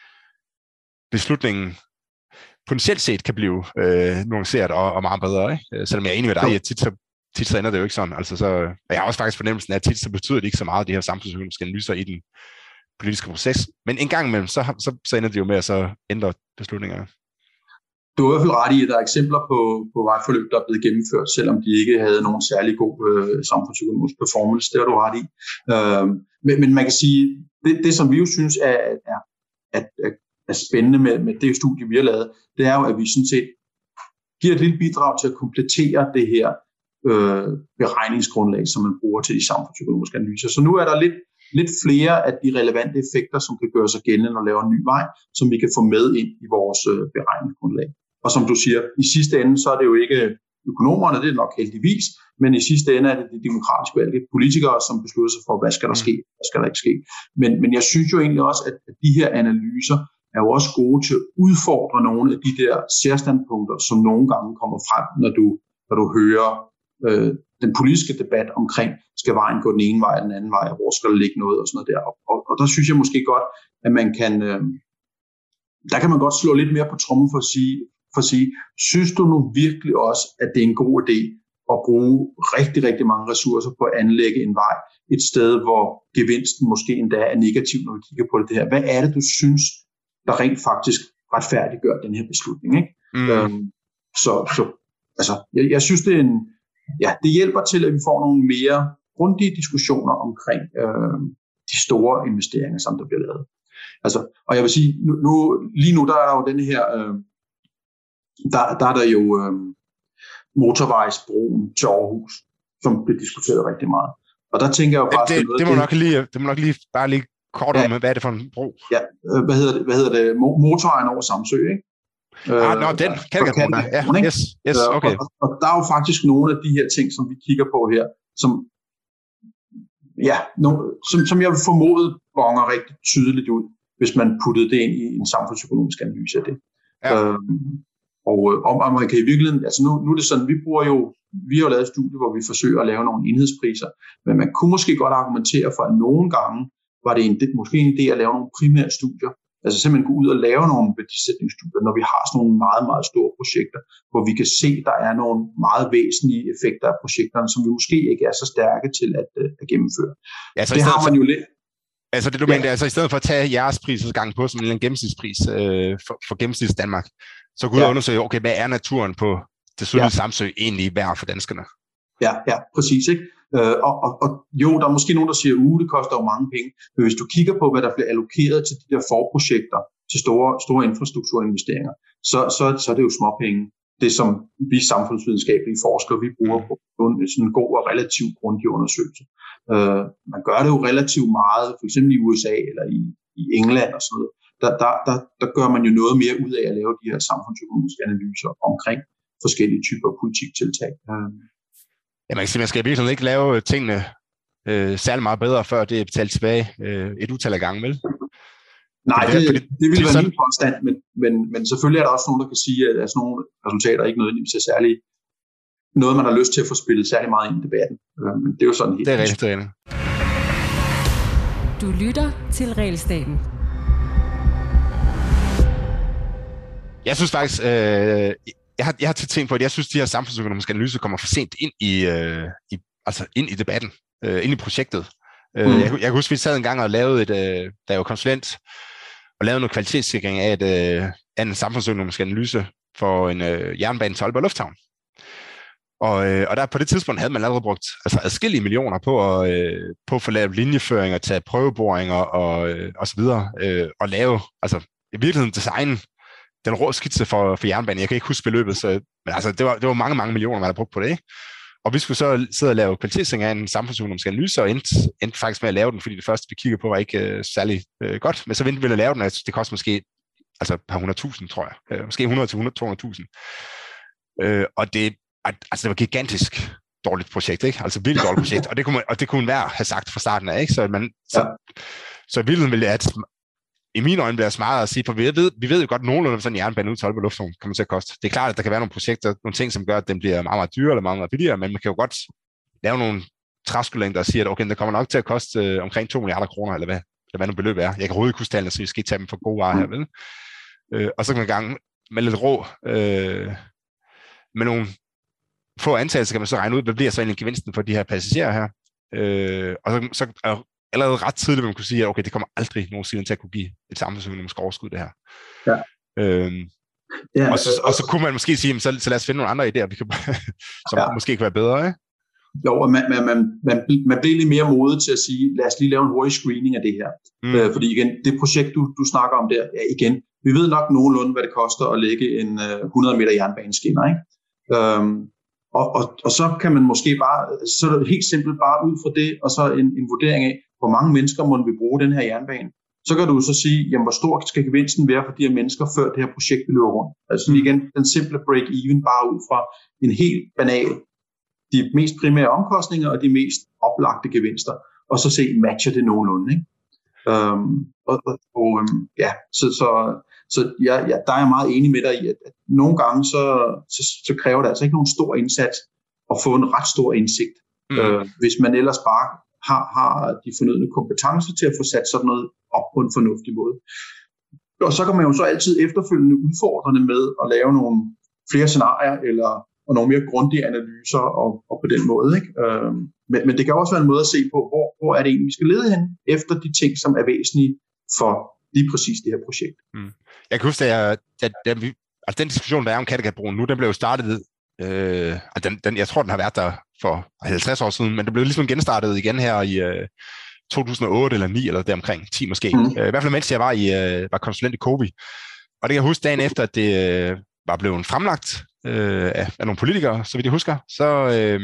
beslutningen potentielt set kan blive øh, nuanceret og, og meget bedre, ikke? Selvom jeg er enig med dig, at tit så, tit så ender det jo ikke sådan. Altså så, jeg har også faktisk fornemmelsen af, at tit så betyder det ikke så meget, de her samfundsøkonomiske analyser i den politiske proces. Men en gang imellem, så, så, så ender det jo med at så ændre beslutningerne. Du har i hvert fald ret i, at der er eksempler på, på vejforløb, der er blevet gennemført, selvom de ikke havde nogen særlig god øh, samfundsøkonomisk performance. Det har du ret i. Øh, men, men man kan sige, det, det som vi jo synes er, er at, at er spændende med, med det studie, vi har lavet, det er jo, at vi sådan set giver et lille bidrag til at komplettere det her øh, beregningsgrundlag, som man bruger til de samfundsøkonomiske analyser. Så nu er der lidt, lidt flere af de relevante effekter, som kan gøre sig gældende, når vi laver en ny vej, som vi kan få med ind i vores øh, beregningsgrundlag. Og som du siger, i sidste ende, så er det jo ikke økonomerne, det er nok heldigvis, men i sidste ende er det de demokratisk valgte politikere, som beslutter sig for, hvad skal der ske, hvad skal der ikke ske. Men, men jeg synes jo egentlig også, at de her analyser er jo også gode til at udfordre nogle af de der særstandpunkter, som nogle gange kommer frem, når du, når du hører øh, den politiske debat omkring, skal vejen gå den ene vej eller den anden vej, og hvor skal der ligge noget og sådan noget der. Og, og, og der synes jeg måske godt, at man kan, øh, der kan man godt slå lidt mere på trommen for at sige, for at sige, synes du nu virkelig også, at det er en god idé at bruge rigtig, rigtig mange ressourcer på at anlægge en vej et sted, hvor gevinsten måske endda er negativ, når vi kigger på det her. Hvad er det, du synes, der rent faktisk retfærdiggør den her beslutning, ikke? Mm. Øhm, så, så altså, jeg, jeg synes, det er en, ja, det hjælper til, at vi får nogle mere grundige diskussioner omkring øh, de store investeringer, som der bliver lavet. Altså, og jeg vil sige, nu, nu, lige nu, der er der jo denne her, øh, der, der er der jo øh, motorvejsbroen til Aarhus, som bliver diskuteret rigtig meget. Og der tænker jeg jo faktisk... Det, det, det, må, nok lige, det må nok lige bare lige kort om, ja. Hvad er det for en bro? Ja, hvad hedder det? Hvad hedder det? Motorvejen over Samsø, ikke? Ah, nå, den Kattegatbroen, ja, yes, yes, okay. Og, og, og der er jo faktisk nogle af de her ting, som vi kigger på her, som, ja, no, som, som jeg vil formode bonger rigtig tydeligt ud, hvis man puttede det ind i en samfundsøkonomisk analyse af det. Ja. Øhm, Og, og, og man kan i virkeligheden, altså nu, nu er det sådan, vi bruger jo, vi har jo lavet et studie, hvor vi forsøger at lave nogle enhedspriser, men man kunne måske godt argumentere for, at nogle gange var det en, det, måske en idé at lave nogle primære studier, altså simpelthen gå ud og lave nogle værdisætningsstudier, når vi har sådan nogle meget, meget store projekter, hvor vi kan se, at der er nogle meget væsentlige effekter af projekterne, som vi måske ikke er så stærke til at, at gennemføre. Ja, så det har man jo lidt. Altså det du ja. mener, altså i stedet for at tage jeres prisudgang på som en gennemsnitspris øh, for, for gennemsnits Danmark, så gå ud ja. og undersøge, okay, hvad er naturen på det sydlige ja. Samsø egentlig værd for danskerne? Ja, ja, præcis, ikke? Øh, og, og, og jo, der er måske nogen, der siger, at det koster jo mange penge, men hvis du kigger på, hvad der bliver allokeret til de der forprojekter, til store, store infrastrukturinvesteringer, så, så, så er det jo småpenge. Det, som vi samfundsvidenskabelige forskere, vi bruger på sådan en god og relativt grundig undersøgelse. Øh, man gør det jo relativt meget, for eksempel i U S A eller i, i England og sådan noget. Der, der, der, der gør man jo noget mere ud af at lave de her samfundsøkonomiske analyser omkring forskellige typer politiktiltag. Ja, man kan sige, man skal virkelig ikke lave tingene øh, særlig meget bedre, før det er betalt tilbage øh, et utal af gange, vel? Nej, det, det, det vil være min påstand, men, men, men selvfølgelig er der også nogen, der kan sige, at sådan nogle resultater ikke nødvendigvis er særlig noget, man har lyst til at få spillet særlig meget ind i debatten. Men det er jo sådan helt... Det er rigtigt, det er rigtigt. Du lytter til Realstaten. Jeg synes faktisk, øh, jeg har, jeg har tænkt på, at jeg synes, at de her samfundsøkonomiske analyser kommer for sent ind i, øh, i, altså ind i debatten, øh, ind i projektet. Mm. Jeg, jeg kan huske, at vi sad en gang og lavede et, øh, da jeg var konsulent, og lavede noget kvalitetssikring af, et, øh, af en samfundsøkonomisk analyse for en øh, jernbane til Aalborg Lufthavn. Og, øh, og der på det tidspunkt havde man allerede brugt altså, adskillige millioner på at, øh, på at få lavet linjeføringer, tage prøveboringer og, øh, og så videre, øh, og lave, altså i virkeligheden design den rå skitse for, for jernbanen. Jeg kan ikke huske beløbet, så, men altså, det var, det var mange, mange millioner, man havde brugt på det, ikke? Og vi skulle så sidde og lave kvalitetssikring af en samfundsøkonomisk analyse, og endte, endte faktisk med at lave den, fordi det første, vi kiggede på, var ikke øh, særlig øh, godt. Men så vendte vi at lave den, at det koster måske altså et par hundredtusind, tror jeg. Øh, måske hundrede til to hundrede tusind. Øh, og det, altså, det var et gigantisk dårligt projekt, ikke? Altså et vildt dårligt projekt. Og det kunne, man, og det kunne hver have sagt fra starten af, ikke? Så, man, så, ja. så i virkeligheden ville at i mine øjne bliver det smartere at sige, for vi ved, vi ved jo godt nogenlunde, hvad sådan en jernbane ud til Aalborg Lufthavn kommer til at koste. Det er klart, at der kan være nogle projekter, nogle ting, som gør, at den bliver meget, meget dyrere eller meget, meget billigere, men man kan jo godt lave nogle træskolængder og sige, at okay, det kommer nok til at koste øh, omkring to milliarder kroner, eller hvad, eller hvad nu beløb er. Jeg kan overhovedet ikke huske tallene, så vi skal ikke tage dem for gode varer her, vel? Øh, og så kan man gang med lidt rå, øh, med nogle få antagelser, kan man så regne ud, hvad bliver så egentlig gevinsten for de her passagerer her. Øh, og så, så er allerede ret tidligt, man kunne sige, at okay, det kommer aldrig nogensinde til at kunne give et samfundsøkonomisk overskud, det her. Ja. Øhm, ja, og, så, og så kunne man måske sige, så, så lad os finde nogle andre idéer, vi kan, som ja. måske kan være bedre, ikke? Jo, og man, man, man, man, man bliver lidt mere modig til at sige, lad os lige lave en hurtig screening af det her. Mm. Øh, fordi igen, det projekt, du, du snakker om der, ja, igen, vi ved nok nogenlunde, hvad det koster at lægge en uh, hundrede meter jernbaneskinner, ikke? Øhm, og, og, og så kan man måske bare, så er det helt simpelt bare ud fra det, og så en, en vurdering af, hvor mange mennesker må vi bruge den her jernbane. Så kan du så sige, jamen, hvor stor skal gevinsten være for de her mennesker, før det her projekt vil løbe rundt. Altså igen, den simple break-even, bare ud fra en helt banal, de mest primære omkostninger og de mest oplagte gevinster, og så se, matcher det nogenlunde, ikke? Um, og, og um, ja, så, så, så ja, ja, der er jeg meget enig med dig i, at, at nogle gange, så, så, så kræver det altså ikke nogen stor indsats at få en ret stor indsigt, mm. uh, hvis man ellers bare Har, har de fornødne kompetencer til at få sat sådan noget op på en fornuftig måde. Og så kan man jo så altid efterfølgende udfordrende med at lave nogle flere scenarier eller og nogle mere grundige analyser og, og på den måde. Ikke? Øh, men, men det kan også være en måde at se på, hvor, hvor er det egentlig, vi skal lede hen efter de ting, som er væsentlige for lige præcis det her projekt. Mm. Jeg kan huske, at, jeg, at, at vi, altså den diskussion, der er om Kattegatbroen nu, den blev jo startet Øh, den, den, jeg tror, den har været der for halvtreds år siden, men det blev ligesom genstartet igen her i øh, to tusind og otte eller ni eller deromkring, ti måske. Mm. Øh, I hvert fald mens jeg var, i, øh, var konsulent i COWI. Og det kan jeg huske dagen efter, at det øh, var blevet fremlagt øh, af, af nogle politikere, så vidt jeg husker, så, øh,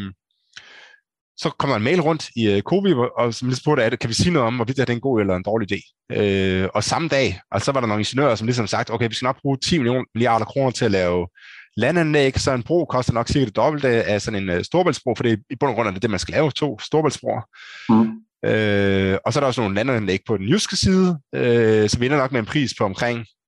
så kom der en mail rundt i øh, COWI, og som lige spurgte, at kan vi sige noget om, hvorvidt det er en god eller en dårlig idé. Øh, og samme dag, altså, så var der nogle ingeniører, som ligesom sagt, okay, vi skal nok bruge ti milliarder kroner til at lave landanlæg, så en bro koster nok cirka det dobbelte af sådan en uh, storbæltsbro, for det er i bund og grund er det det, man skal lave, to storbæltsbroer. Mm. Øh, og så er der også nogle landanlæg på den jyske side, øh, som vinder nok med en pris på omkring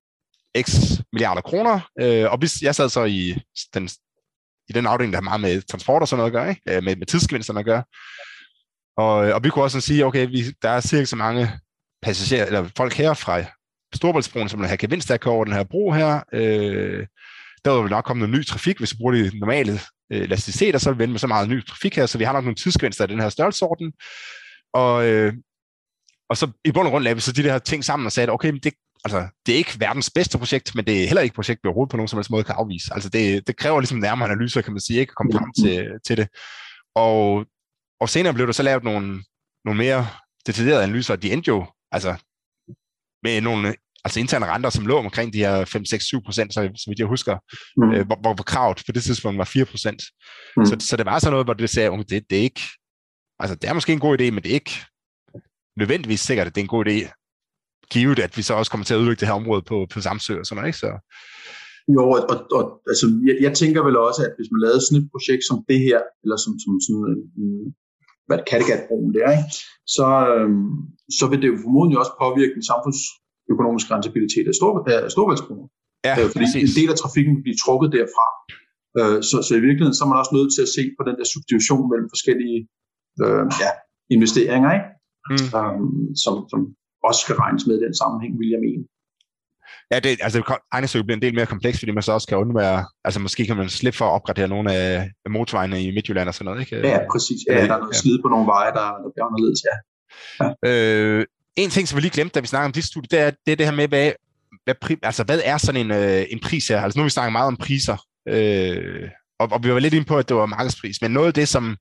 x milliarder kroner, øh, og hvis jeg sad så i den, i den afdeling, der har meget med transport og sådan noget at gøre, ikke? Med, med tidsgevinsterne at gøre, og, og vi kunne også sige, okay, vi, der er cirka så mange passagerer, eller folk her fra Storebæltsbroen, som vil have gevinst af over den her bro her. Øh, der vil nok komme noget ny trafik, hvis vi bruger de normale øh, elasticiteter, så vil vi vende med så meget ny trafik her, så vi har nok nogle tidsgevinster af den her størrelsesorden. Og, øh, og så i bund og grund lavede vi så de der ting sammen og sagde, okay, det, altså, det er ikke verdens bedste projekt, men det er heller ikke et projekt, vi overhovedet på nogen som helst måde kan afvise. Altså det, det kræver ligesom nærmere analyser, kan man sige, ikke at komme frem til, til det. Og, og senere blev der så lavet nogle, nogle mere detaljerede analyser, og de endte jo altså, med nogle altså interne renter, som lå omkring de her fem, seks, syv procent, så, så vidt jeg husker, mm. øh, hvor, hvor, hvor kravet på det tidspunkt var fire procent. Mm. Så, så det var sådan noget, hvor det sagde, at det, det er ikke, altså det er måske en god idé, men det er ikke nødvendigvis sikkert, at det er en god idé, givet at vi så også kommer til at udvikle det her område på, på Samsø og sådan noget, ikke? Så. Jo, og, og, og altså, jeg, jeg tænker vel også, at hvis man lavede sådan et projekt som det her, eller som, som sådan en, hvad det Kattegatbroen der, ikke? Så, øhm, så vil det jo formodentlig også påvirke den samfundsøkonomiske rentabilitet af Storebæltsbroen. Ja, øh, fordi præcis. En del af trafikken vil blive trukket derfra. Øh, så, så i virkeligheden så er man også nødt til at se på den der substitution mellem forskellige øh, ja, investeringer, ikke? Mm. Um, som, som også skal regnes med i den sammenhæng, vil jeg mene. Ja, det, altså regnestykket bliver en del mere kompleks, fordi man så også kan undvære, altså måske kan man slippe for at opgradere nogle af motorvejene i Midtjylland og sådan noget, ikke? Ja, præcis. Ja, der er noget ja. slid på nogle veje, der, der bliver anderledes, ja. ja. Øh, en ting, som vi lige glemte, da vi snakkede om det studie, det er det, er det her med, hvad, hvad, pri, altså, hvad er sådan en, øh, en pris her? Altså nu har vi snakket meget om priser, øh, og, og vi var lidt inde på, at det var markedspris, men noget af det, som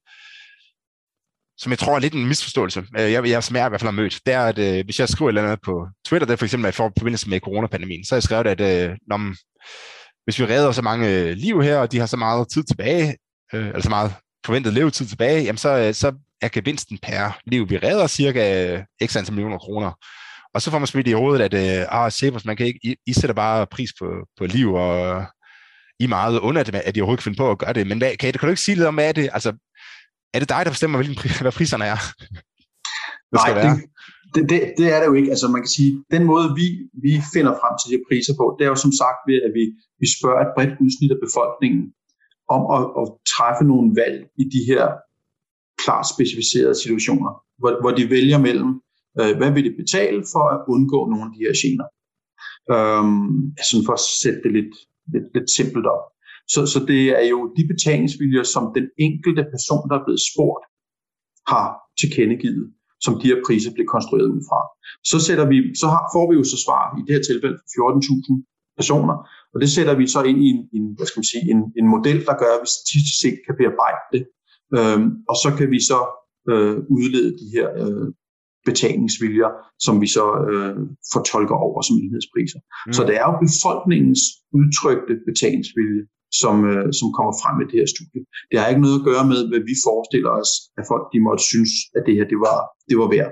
som jeg tror er lidt en misforståelse, jeg, jeg, som jeg i hvert fald har mødt, det er, at øh, hvis jeg skriver et eller andet på Twitter, det er for eksempel i forbindelse med coronapandemien, så har jeg skrevet, at øh, når, hvis vi redder så mange liv her, og de har så meget tid tilbage, øh, eller så meget forventet levetid tilbage, jamen så, så er gevinsten per liv, vi redder, cirka x antal millioner kroner. Og så får man smidt i hovedet, at øh, ah, Cepos, man kan ikke, I, I sætter bare pris på, på liv, og I er meget under, at, at I overhovedet kan finde på at gøre det. Men hvad, kan, kan du ikke sige lidt om, hvad er det? Altså, er det dig, der bestemmer, hvilken pris, hvad priserne er? Det Nej, det, det, det, det er det jo ikke. Altså man kan sige, den måde, vi, vi finder frem til de her priser på, det er jo som sagt ved, at vi, vi spørger et bredt udsnit af befolkningen om at, at træffe nogle valg i de her klart specificerede situationer, hvor, hvor de vælger mellem, øh, hvad vil de betale for at undgå nogle af de her gener. Øhm, sådan for at sætte det lidt, lidt, lidt simpelt op. Så, så det er jo de betalingsviljer, som den enkelte person, der er blevet spurgt, har tilkendegivet, som de her priser bliver konstrueret ud fra. Så, sætter vi, så har, får vi jo så svar i det her tilfælde for fjorten tusind personer, og det sætter vi så ind i en, en, hvad skal man sige, en, en model, der gør, at vi statistisk set kan bearbejde det, øhm, og så kan vi så øh, udlede de her øh, betalingsviljer, som vi så øh, fortolker over som enhedspriser. Mm. Så det er jo befolkningens udtrykte betalingsvilje, som, øh, som kommer frem i det her studie. Det har ikke noget at gøre med, hvad vi forestiller os, at folk de måtte synes, at det her det var, det var værd.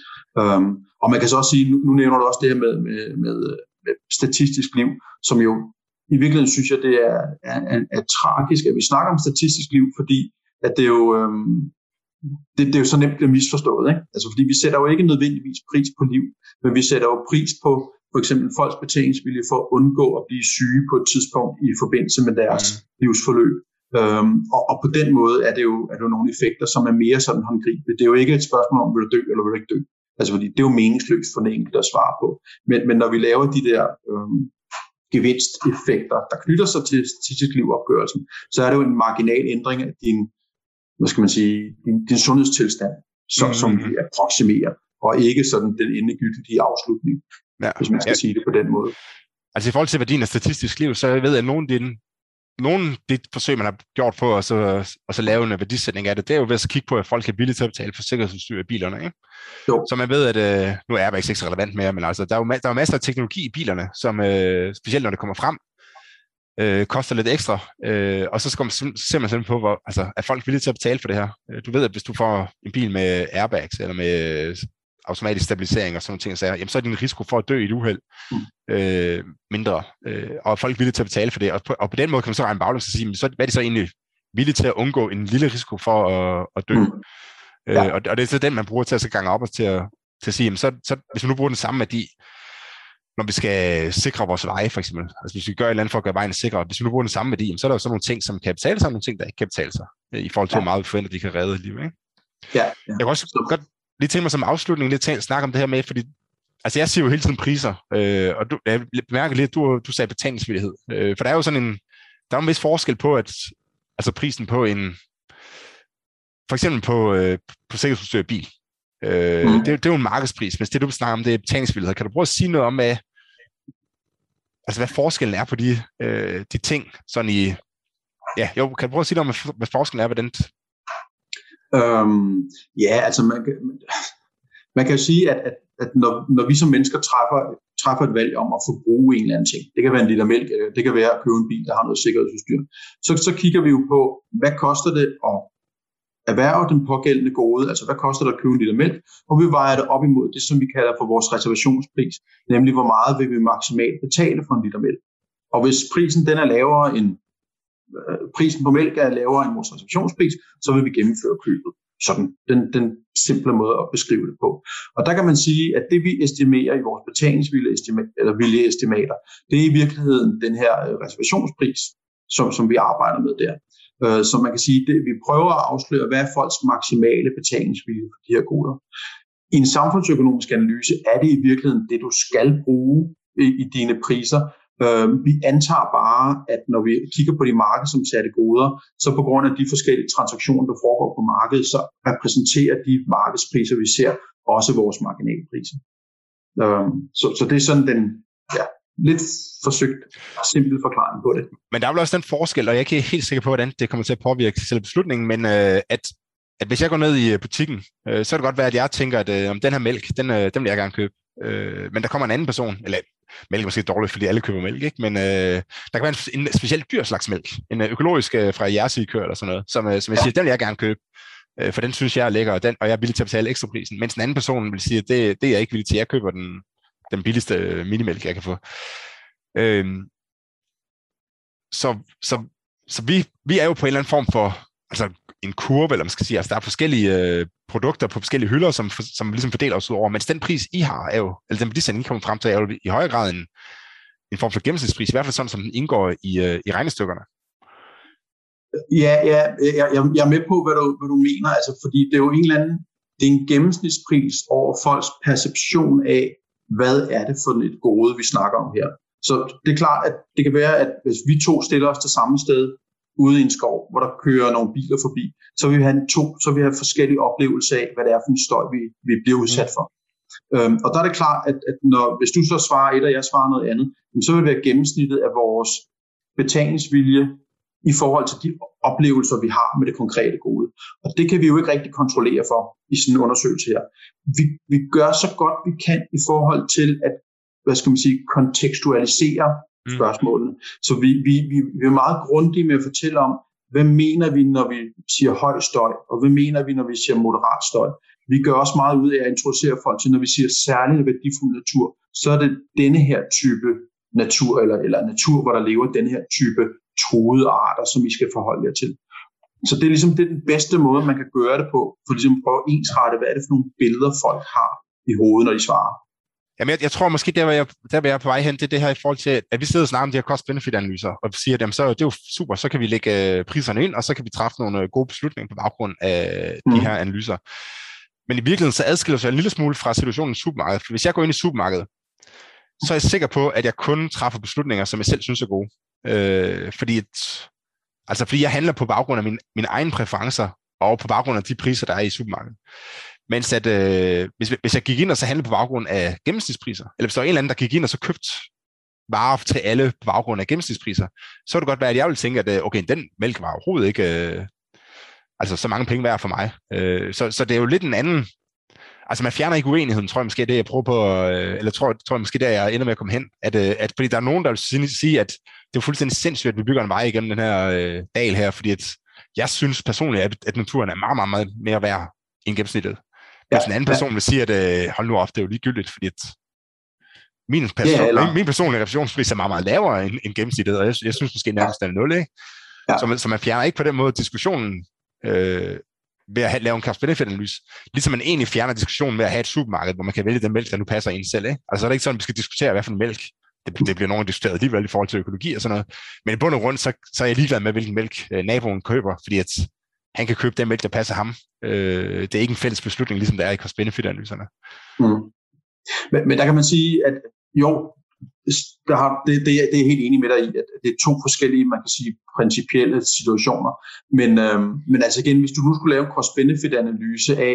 Um, og man kan så også sige, nu, nu nævner du også det her med, med, med, med statistisk liv, som jo i virkeligheden synes jeg, det er, er, er, er tragisk, at vi snakker om statistisk liv, fordi at det jo øhm, det, det er jo så nemt bliver misforstået. Ikke? Altså, fordi vi sætter jo ikke nødvendigvis pris på liv, men vi sætter jo pris på for eksempel folks betalingsvilje for at undgå at blive syge på et tidspunkt i forbindelse med deres mm. livsforløb. Øhm, og, og på den måde er det, jo, er det jo nogle effekter, som er mere sådan håndgribelige. Det er jo ikke et spørgsmål om, vil du dø eller vil du ikke dø. Altså, fordi det er jo meningsløst for den enkelte at svare på. Men, men når vi laver de der øhm, gevinsteffekter, der knytter sig til statistisk livopgørelsen, så er det jo en marginal ændring af din, hvad skal man sige, din, din sundhedstilstand, som, mm. som vi approximerer, og ikke sådan den endegyldige afslutning, ja. Hvis man skal ja. sige det på den måde. Altså i forhold til værdien af statistisk liv, så ved jeg, at nogen af nogle det forsøg, man har gjort på at så, og så lave en værdisætning af det, det er jo ved at kigge på, at folk er villige til at betale for sikkerhedsudstyr i bilerne. Ikke? Jo. Så man ved, at øh, nu er airbags ikke så relevant mere, men altså, der er jo der er masser af teknologi i bilerne, som øh, specielt når det kommer frem, øh, koster lidt ekstra. Øh, og så skal man, ser man simpelthen på, hvor, altså, er folk villige til at betale for det her. Du ved, at hvis du får en bil med airbags, eller med automatisk stabilisering og sådan nogle ting, så er, jamen, så er din risiko for at dø i et uheld mm. øh, mindre. Øh, og folk er villige til at betale for det. Og på, og på den måde kan man så regne baglæns og sige, men så, hvad er de så egentlig villige til at undgå en lille risiko for at, at dø? Mm. Ja. Øh, og, og det er så den, man bruger til at så gange op og til at, til at sige, jamen, så, så, hvis man nu bruger den samme værdi, når vi skal sikre vores veje, for eksempel. Altså hvis vi gør et eller andet for at gøre vejen sikre, hvis vi nu bruger den samme værdi, så er der jo sådan nogle ting, som kan betale sig, og nogle ting, der ikke kan betale sig, i forhold til, ja. hvor meget vi forventer, de kan redde liv, ikke? Ja, ja. Jeg kan også godt lige tænke mig som afslutning, lidt at snakke om det her med, fordi altså jeg siger jo hele tiden priser, øh, og du, jeg bemærker lidt, at du, du sagde betalingsvillighed, øh, for der er jo sådan en, der er en vis forskel på, at altså prisen på en, for eksempel på, øh, på sikkerhedsudstyr bil, øh, mm. det, det er jo en markedspris, men det du snakker om, det er betalingsvillighed. Kan du prøve at sige noget om, hvad, altså hvad forskellen er på de, øh, de ting, sådan i, ja, jo, kan du prøve at sige noget om, hvad forskellen er på den? Øhm, ja, altså man kan, man kan jo sige, at, at, at når, når vi som mennesker træffer, træffer et valg om at forbruge en eller anden ting, det kan være en liter mælk, det kan være at købe en bil, der har noget sikkerhedsudstyr, så, så kigger vi jo på, hvad koster det at erhverve den pågældende gode, altså hvad koster det at købe en liter mælk, og vi vejer det op imod det, som vi kalder for vores reservationspris, nemlig hvor meget vil vi maksimalt betale for en liter mælk. Og hvis prisen den er lavere end prisen på mælk er lavere end vores reservationspris, så vil vi gennemføre købet. Sådan den, den simple måde at beskrive det på. Og der kan man sige, at det vi estimerer i vores betalingsvillige estimater, eller villige estimater, det er i virkeligheden den her reservationspris, som, som vi arbejder med der. Uh, så man kan sige, at vi prøver at afsløre, hvad er folks maksimale betalingsvilje for de her goder. I en samfundsøkonomisk analyse er det i virkeligheden det, du skal bruge i, i dine priser. Uh, vi antager bare, at når vi kigger på de markedsomsatte goder, så på grund af de forskellige transaktioner, der foregår på markedet, så repræsenterer de markedspriser, vi ser, også vores marginalpriser. Uh, så, så det er sådan den ja, lidt forsøgt simpel forklaring på det. Men der er vel også den forskel, og jeg er ikke helt sikker på, hvordan det kommer til at påvirke selve beslutningen, men uh, at, at hvis jeg går ned i butikken, uh, så kan det godt være, at jeg tænker, at uh, om den her mælk, den, uh, den vil jeg gerne købe. Uh, men der kommer en anden person, eller mælk er måske dårligt, fordi alle køber mælk, ikke? Men øh, der kan være en, en specielt dyr slags mælk, en øh, økologisk øh, fra Jersey-køer eller sådan noget, som, øh, som jeg siger, den vil jeg gerne købe, øh, for den synes jeg er lækker, og, den, og jeg er villig til at betale ekstra prisen, mens en anden person vil sige, at det, det er jeg ikke villig til, jeg køber den, den billigste øh, minimælk, jeg kan få. Øh, så så, så vi, vi er jo på en eller anden form for, altså en kurve, eller man skal sige, altså der er forskellige øh, produkter på forskellige hylder, som, som ligesom fordeler os ud over, mens den pris, I har, er jo, eller den værdisætning, I kommer frem til, er jo i højere grad en, en form for gennemsnitspris, i hvert fald sådan, som den indgår i, øh, i regnestykkerne. Ja, ja jeg, jeg er med på, hvad du, hvad du mener, altså, fordi det er jo en eller anden, det er en gennemsnitspris over folks perception af, hvad er det for et gode, vi snakker om her. Så det er klart, at det kan være, at hvis vi to stiller os til samme sted, ude i en skov, hvor der kører nogle biler forbi, så vil vi have en to, så vil vi have forskellige oplevelser af, hvad det er for en støj, vi, vi bliver udsat for. Mm. Øhm, og der er det klart, at, at når, hvis du så svarer et, og jeg svarer noget andet, så vil det være gennemsnittet af vores betalingsvilje i forhold til de oplevelser, vi har med det konkrete gode. Og det kan vi jo ikke rigtig kontrollere for i sådan en undersøgelse her. Vi, vi gør så godt vi kan i forhold til at, hvad skal man sige, kontekstualisere spørgsmålene. Så vi, vi, vi, vi er meget grundige med at fortælle om, hvad mener vi, når vi siger høj støj, og hvad mener vi, når vi siger moderat støj. Vi gør også meget ud af at introducere folk til, når vi siger særlig værdifuld natur, så er det denne her type natur, eller, eller natur, hvor der lever denne her type truede arter, som I skal forholde jer til. Så det er ligesom det er den bedste måde, man kan gøre det på, for ligesom at prøve at ensrette, hvad er det for nogle billeder, folk har i hovedet, når de svarer. Jamen, jeg, jeg tror måske, der hvor jeg, der hvor jeg er på vej hen, det er det her i forhold til, at vi sidder og snakker om de her cost-benefit-analyser, og siger, at jamen, så det er jo super, så kan vi lægge øh, priserne ind, og så kan vi træffe nogle øh, gode beslutninger på baggrund af mm. de her analyser. Men i virkeligheden så adskiller sig en lille smule fra situationen i supermarkedet. For hvis jeg går ind i supermarkedet, så er jeg sikker på, at jeg kun træffer beslutninger, som jeg selv synes er gode. Øh, fordi, et, altså, fordi jeg handler på baggrund af min, mine egne præferencer, og på baggrund af de priser, der er i supermarkedet. Mens at, øh, hvis, hvis jeg gik ind og så handlede på baggrund af gennemsnitspriser, eller hvis der var en eller anden, der gik ind og så købte varer til alle på baggrund af gennemsnitspriser, så ville det godt være, at jeg ville tænke, at okay, den mælk var overhovedet ikke øh, altså så mange penge værd for mig. Øh, så, så det er jo lidt en anden, altså man fjerner ikke uenigheden, tror jeg måske, det jeg prøver på, øh, eller tror, tror jeg måske, der jeg ender med at komme hen, at, øh, at fordi der er nogen, der vil sige, at det er fuldstændig sindssygt, at vi bygger en vej igennem den her øh, dal her, fordi at jeg synes personligt, at, at naturen er meget, meget, meget mere værd end gennemsnittet. Hvis ja, en anden person ja. vil sige, at øh, hold nu op, det er jo ligegyldigt, fordi at min, person, ja, eller... min, min personlige revisionspris er meget, meget lavere end, end gennemsnittet, og jeg, jeg synes måske nærmest, den er nul, ikke? Ja. Så, man, så man fjerner ikke på den måde diskussionen øh, ved at have, lave en cost-benefit-analyse. Ligesom man egentlig fjerner diskussionen med at have et supermarked, hvor man kan vælge den mælk, der nu passer en selv. Ikke? Altså så er det ikke sådan, at vi skal diskutere, hvad for en mælk. Det, det bliver nogen diskuteret alligevel i forhold til økologi og sådan noget. Men i bund og grund, så, så er jeg ligeglad med, hvilken mælk øh, naboen køber, fordi at han kan købe den mælk, der passer ham. Øh, det er ikke en fælles beslutning, ligesom der er i cost-benefit-analyserne. Mm. Men, men der kan man sige, at jo, der har, det, det, det er helt enig med dig i, at det er to forskellige, man kan sige, principielle situationer. Men, øh, men altså igen, hvis du nu skulle lave en cost-benefit-analyse af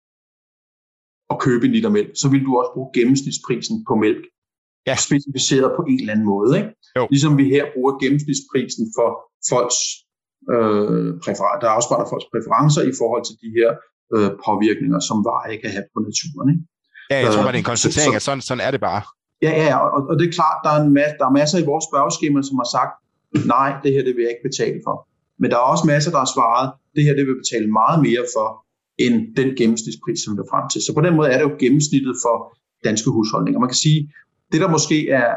at købe en liter mælk, så ville du også bruge gennemsnitsprisen på mælk. Ja. Specificeret på en eller anden måde. Ikke? Ligesom vi her bruger gennemsnitsprisen for folks øh, præfer- der afspejler folks præferencer i forhold til de her øh, påvirkninger, som varer kan have på naturen. Ikke? Ja, jeg tror bare, det er en konstatering, at sådan, sådan er det bare. Ja, ja, og, og det er klart, der er, en masse, der er masser i vores spørgeskema, som har sagt, nej, det her det vil jeg ikke betale for. Men der er også masser, der har svaret, det her det vil betale meget mere for, end den gennemsnitspris, som der er frem til. Så på den måde er det jo gennemsnittet for danske husholdninger. Man kan sige, det der måske er,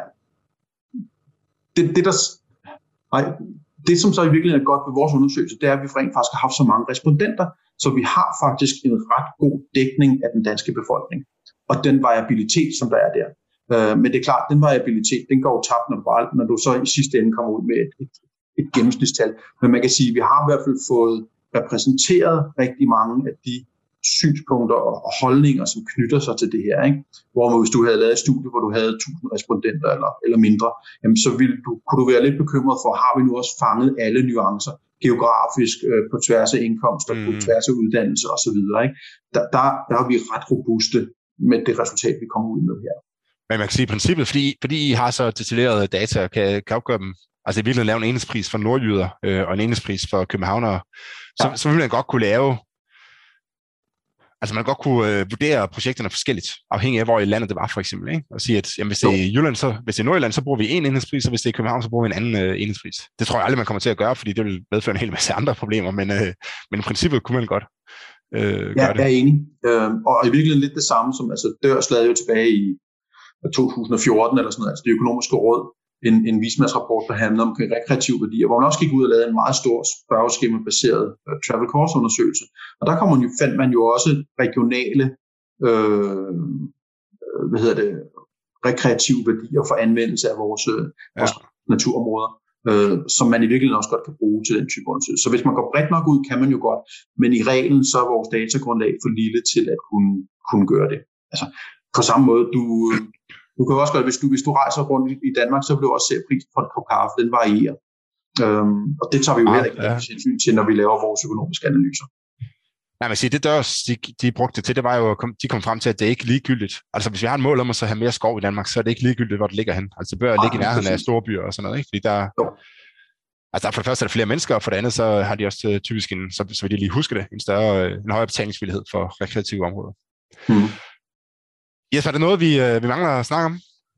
det, det, der, nej, det som så i virkeligheden er godt ved vores undersøgelse, det er, at vi rent faktisk har haft så mange respondenter, så vi har faktisk en ret god dækning af den danske befolkning. Og den variabilitet, som der er der. Øh, men det er klart, den variabilitet, den går jo tabt, når du, bare, når du så i sidste ende kommer ud med et, et, et gennemsnitstal. Men man kan sige, at vi har i hvert fald fået repræsenteret rigtig mange af de synspunkter og holdninger, som knytter sig til det her. Ikke? Hvor man, hvis du havde lavet et studie, hvor du havde tusind respondenter eller, eller mindre, jamen, så ville du, kunne du være lidt bekymret for, har vi nu også fanget alle nuancer, geografisk, øh, på tværs af indkomster, mm. på tværs af uddannelse osv. Der, der, der er vi ret robuste med det resultat, vi kommer ud med her. Men man kan sige i princippet, fordi, fordi I har så detaljerede data og kan, kan opgøre dem, altså i virkeligheden lave en enhedspris for nordjyder øh, og en enhedspris for københavnere, så, ja. så vil man godt kunne lave Altså man godt kunne øh, vurdere projekterne forskelligt, afhængig af hvor i landet det var for eksempel, ikke? Og sige, at jamen, hvis det er i Jylland, så hvis det er Nordjylland, så bruger vi en enhedspris, og hvis det er i København, så bruger vi en anden øh, enhedspris. Det tror jeg aldrig, man kommer til at gøre, fordi det vil medføre en hel masse andre problemer, men, øh, men i princippet kunne man godt øh, gøre ja, det. Jeg er enig. Øh, og i virkeligheden lidt det samme som, altså Dørs lavede jo tilbage i to tusind og fjorten eller sådan noget, altså det økonomiske råd, en, en vismandsrapport, der handler om rekreative værdier, hvor man også gik ud og lavede en meget stor spørgeskema-baseret uh, travel course undersøgelse. Og der kommer man jo, fandt man jo også regionale øh, hvad hedder det, rekreative værdier for anvendelse af vores, ja. vores naturområder, øh, som man i virkeligheden også godt kan bruge til den type undersøgelse. Så hvis man går bredt nok ud, kan man jo godt, men i reglen så er vores datagrundlag for lille til at kunne, kunne gøre det. Altså på samme måde, du Du kan også godt, hvis du, hvis du rejser rundt i Danmark, så vil du også se prisen for en kop kaffe, den varierer. Øhm, og det tager vi jo heller ikke ja. hensyn til, når vi laver vores økonomiske analyser. Nej, men sige, det der de, de brugte til, det var jo, de kom frem til, at det er ikke ligegyldigt. Altså hvis vi har et mål om at så have mere skov i Danmark, så er det ikke ligegyldigt, hvor det ligger hen. Altså det bør ja, ligge i nærheden af store byer og sådan noget, ikke? Fordi der, altså for det første er der flere mennesker, og for det andet så har de også typisk en, så, så vil de lige huske det, en større, en højere betalingsvillighed for rekreative områder. Hmm. Yes, er det noget, vi, vi mangler at snakke om?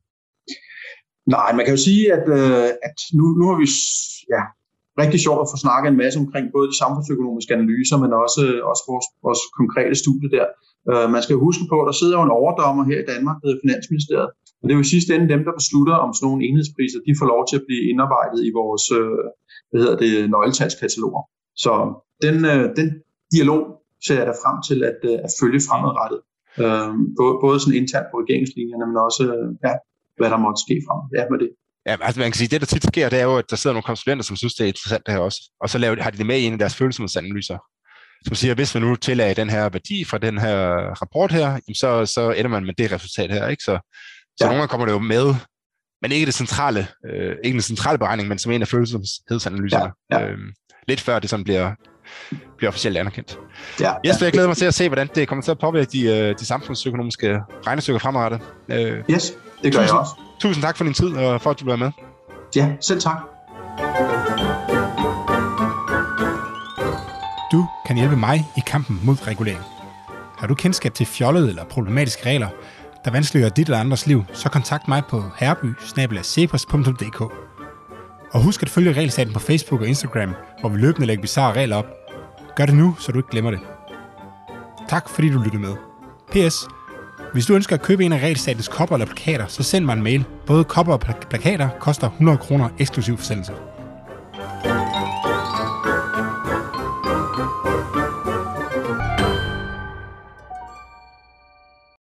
Nej, man kan jo sige, at, øh, at nu, nu har vi ja, rigtig sjovt at få snakket en masse omkring både de samfundsøkonomiske analyser, men også, også vores, vores konkrete studie der. Øh, man skal jo huske på, at der sidder jo en overdommer her i Danmark, der hedder Finansministeriet, og det er jo i sidste ende dem, der beslutter, om sådan nogle enhedspriser, de får lov til at blive indarbejdet i vores øh, hvad hedder det, nøgletalskataloger. Så den, øh, den dialog ser jeg da frem til at, at følge fremadrettet. Øh, både, både sådan internt på regeringslinjerne, men også øh, ja, hvad der måtte ske frem ja, med det. Ja, altså man kan sige, det der tit sker, det er jo, at der sidder nogle konsulenter, som synes, det er interessant det her også, og så laver, har de det med i en af deres følsomhedsanalyser, som siger, hvis man nu tillader den her værdi fra den her rapport her, så, så ender man med det resultat her, ikke? Så, så ja. Nogle gange kommer det jo med, men ikke det centrale, øh, ikke den centrale beregning, men som en af følsomhedsanalyserne. Ja, ja. Øhm, lidt før det sådan bliver bliver officielt anerkendt. Ja, yes, ja. Jeg glæder mig til at se, hvordan det kommer til at påvirke de, de samfundsøkonomiske regnestykker fremadrettet. Yes, det gør tusind, jeg også. Tusind tak for din tid, og for at du var med. Ja, selv tak. Du kan hjælpe mig i kampen mod regulering. Har du kendskab til fjollede eller problematiske regler, der vanskeliggør dit eller andres liv, så kontakt mig på herreby bindestreg cepos punktum d k. Og husk at følge Regelstaten på Facebook og Instagram, hvor vi løbende lægger bizarre regler op. Gør det nu, så du ikke glemmer det. Tak fordi du lyttede med. P S. Hvis du ønsker at købe en af Regelstatens kopper eller plakater, så send mig en mail. Både kopper og plakater koster hundrede kroner eksklusiv forsendelse.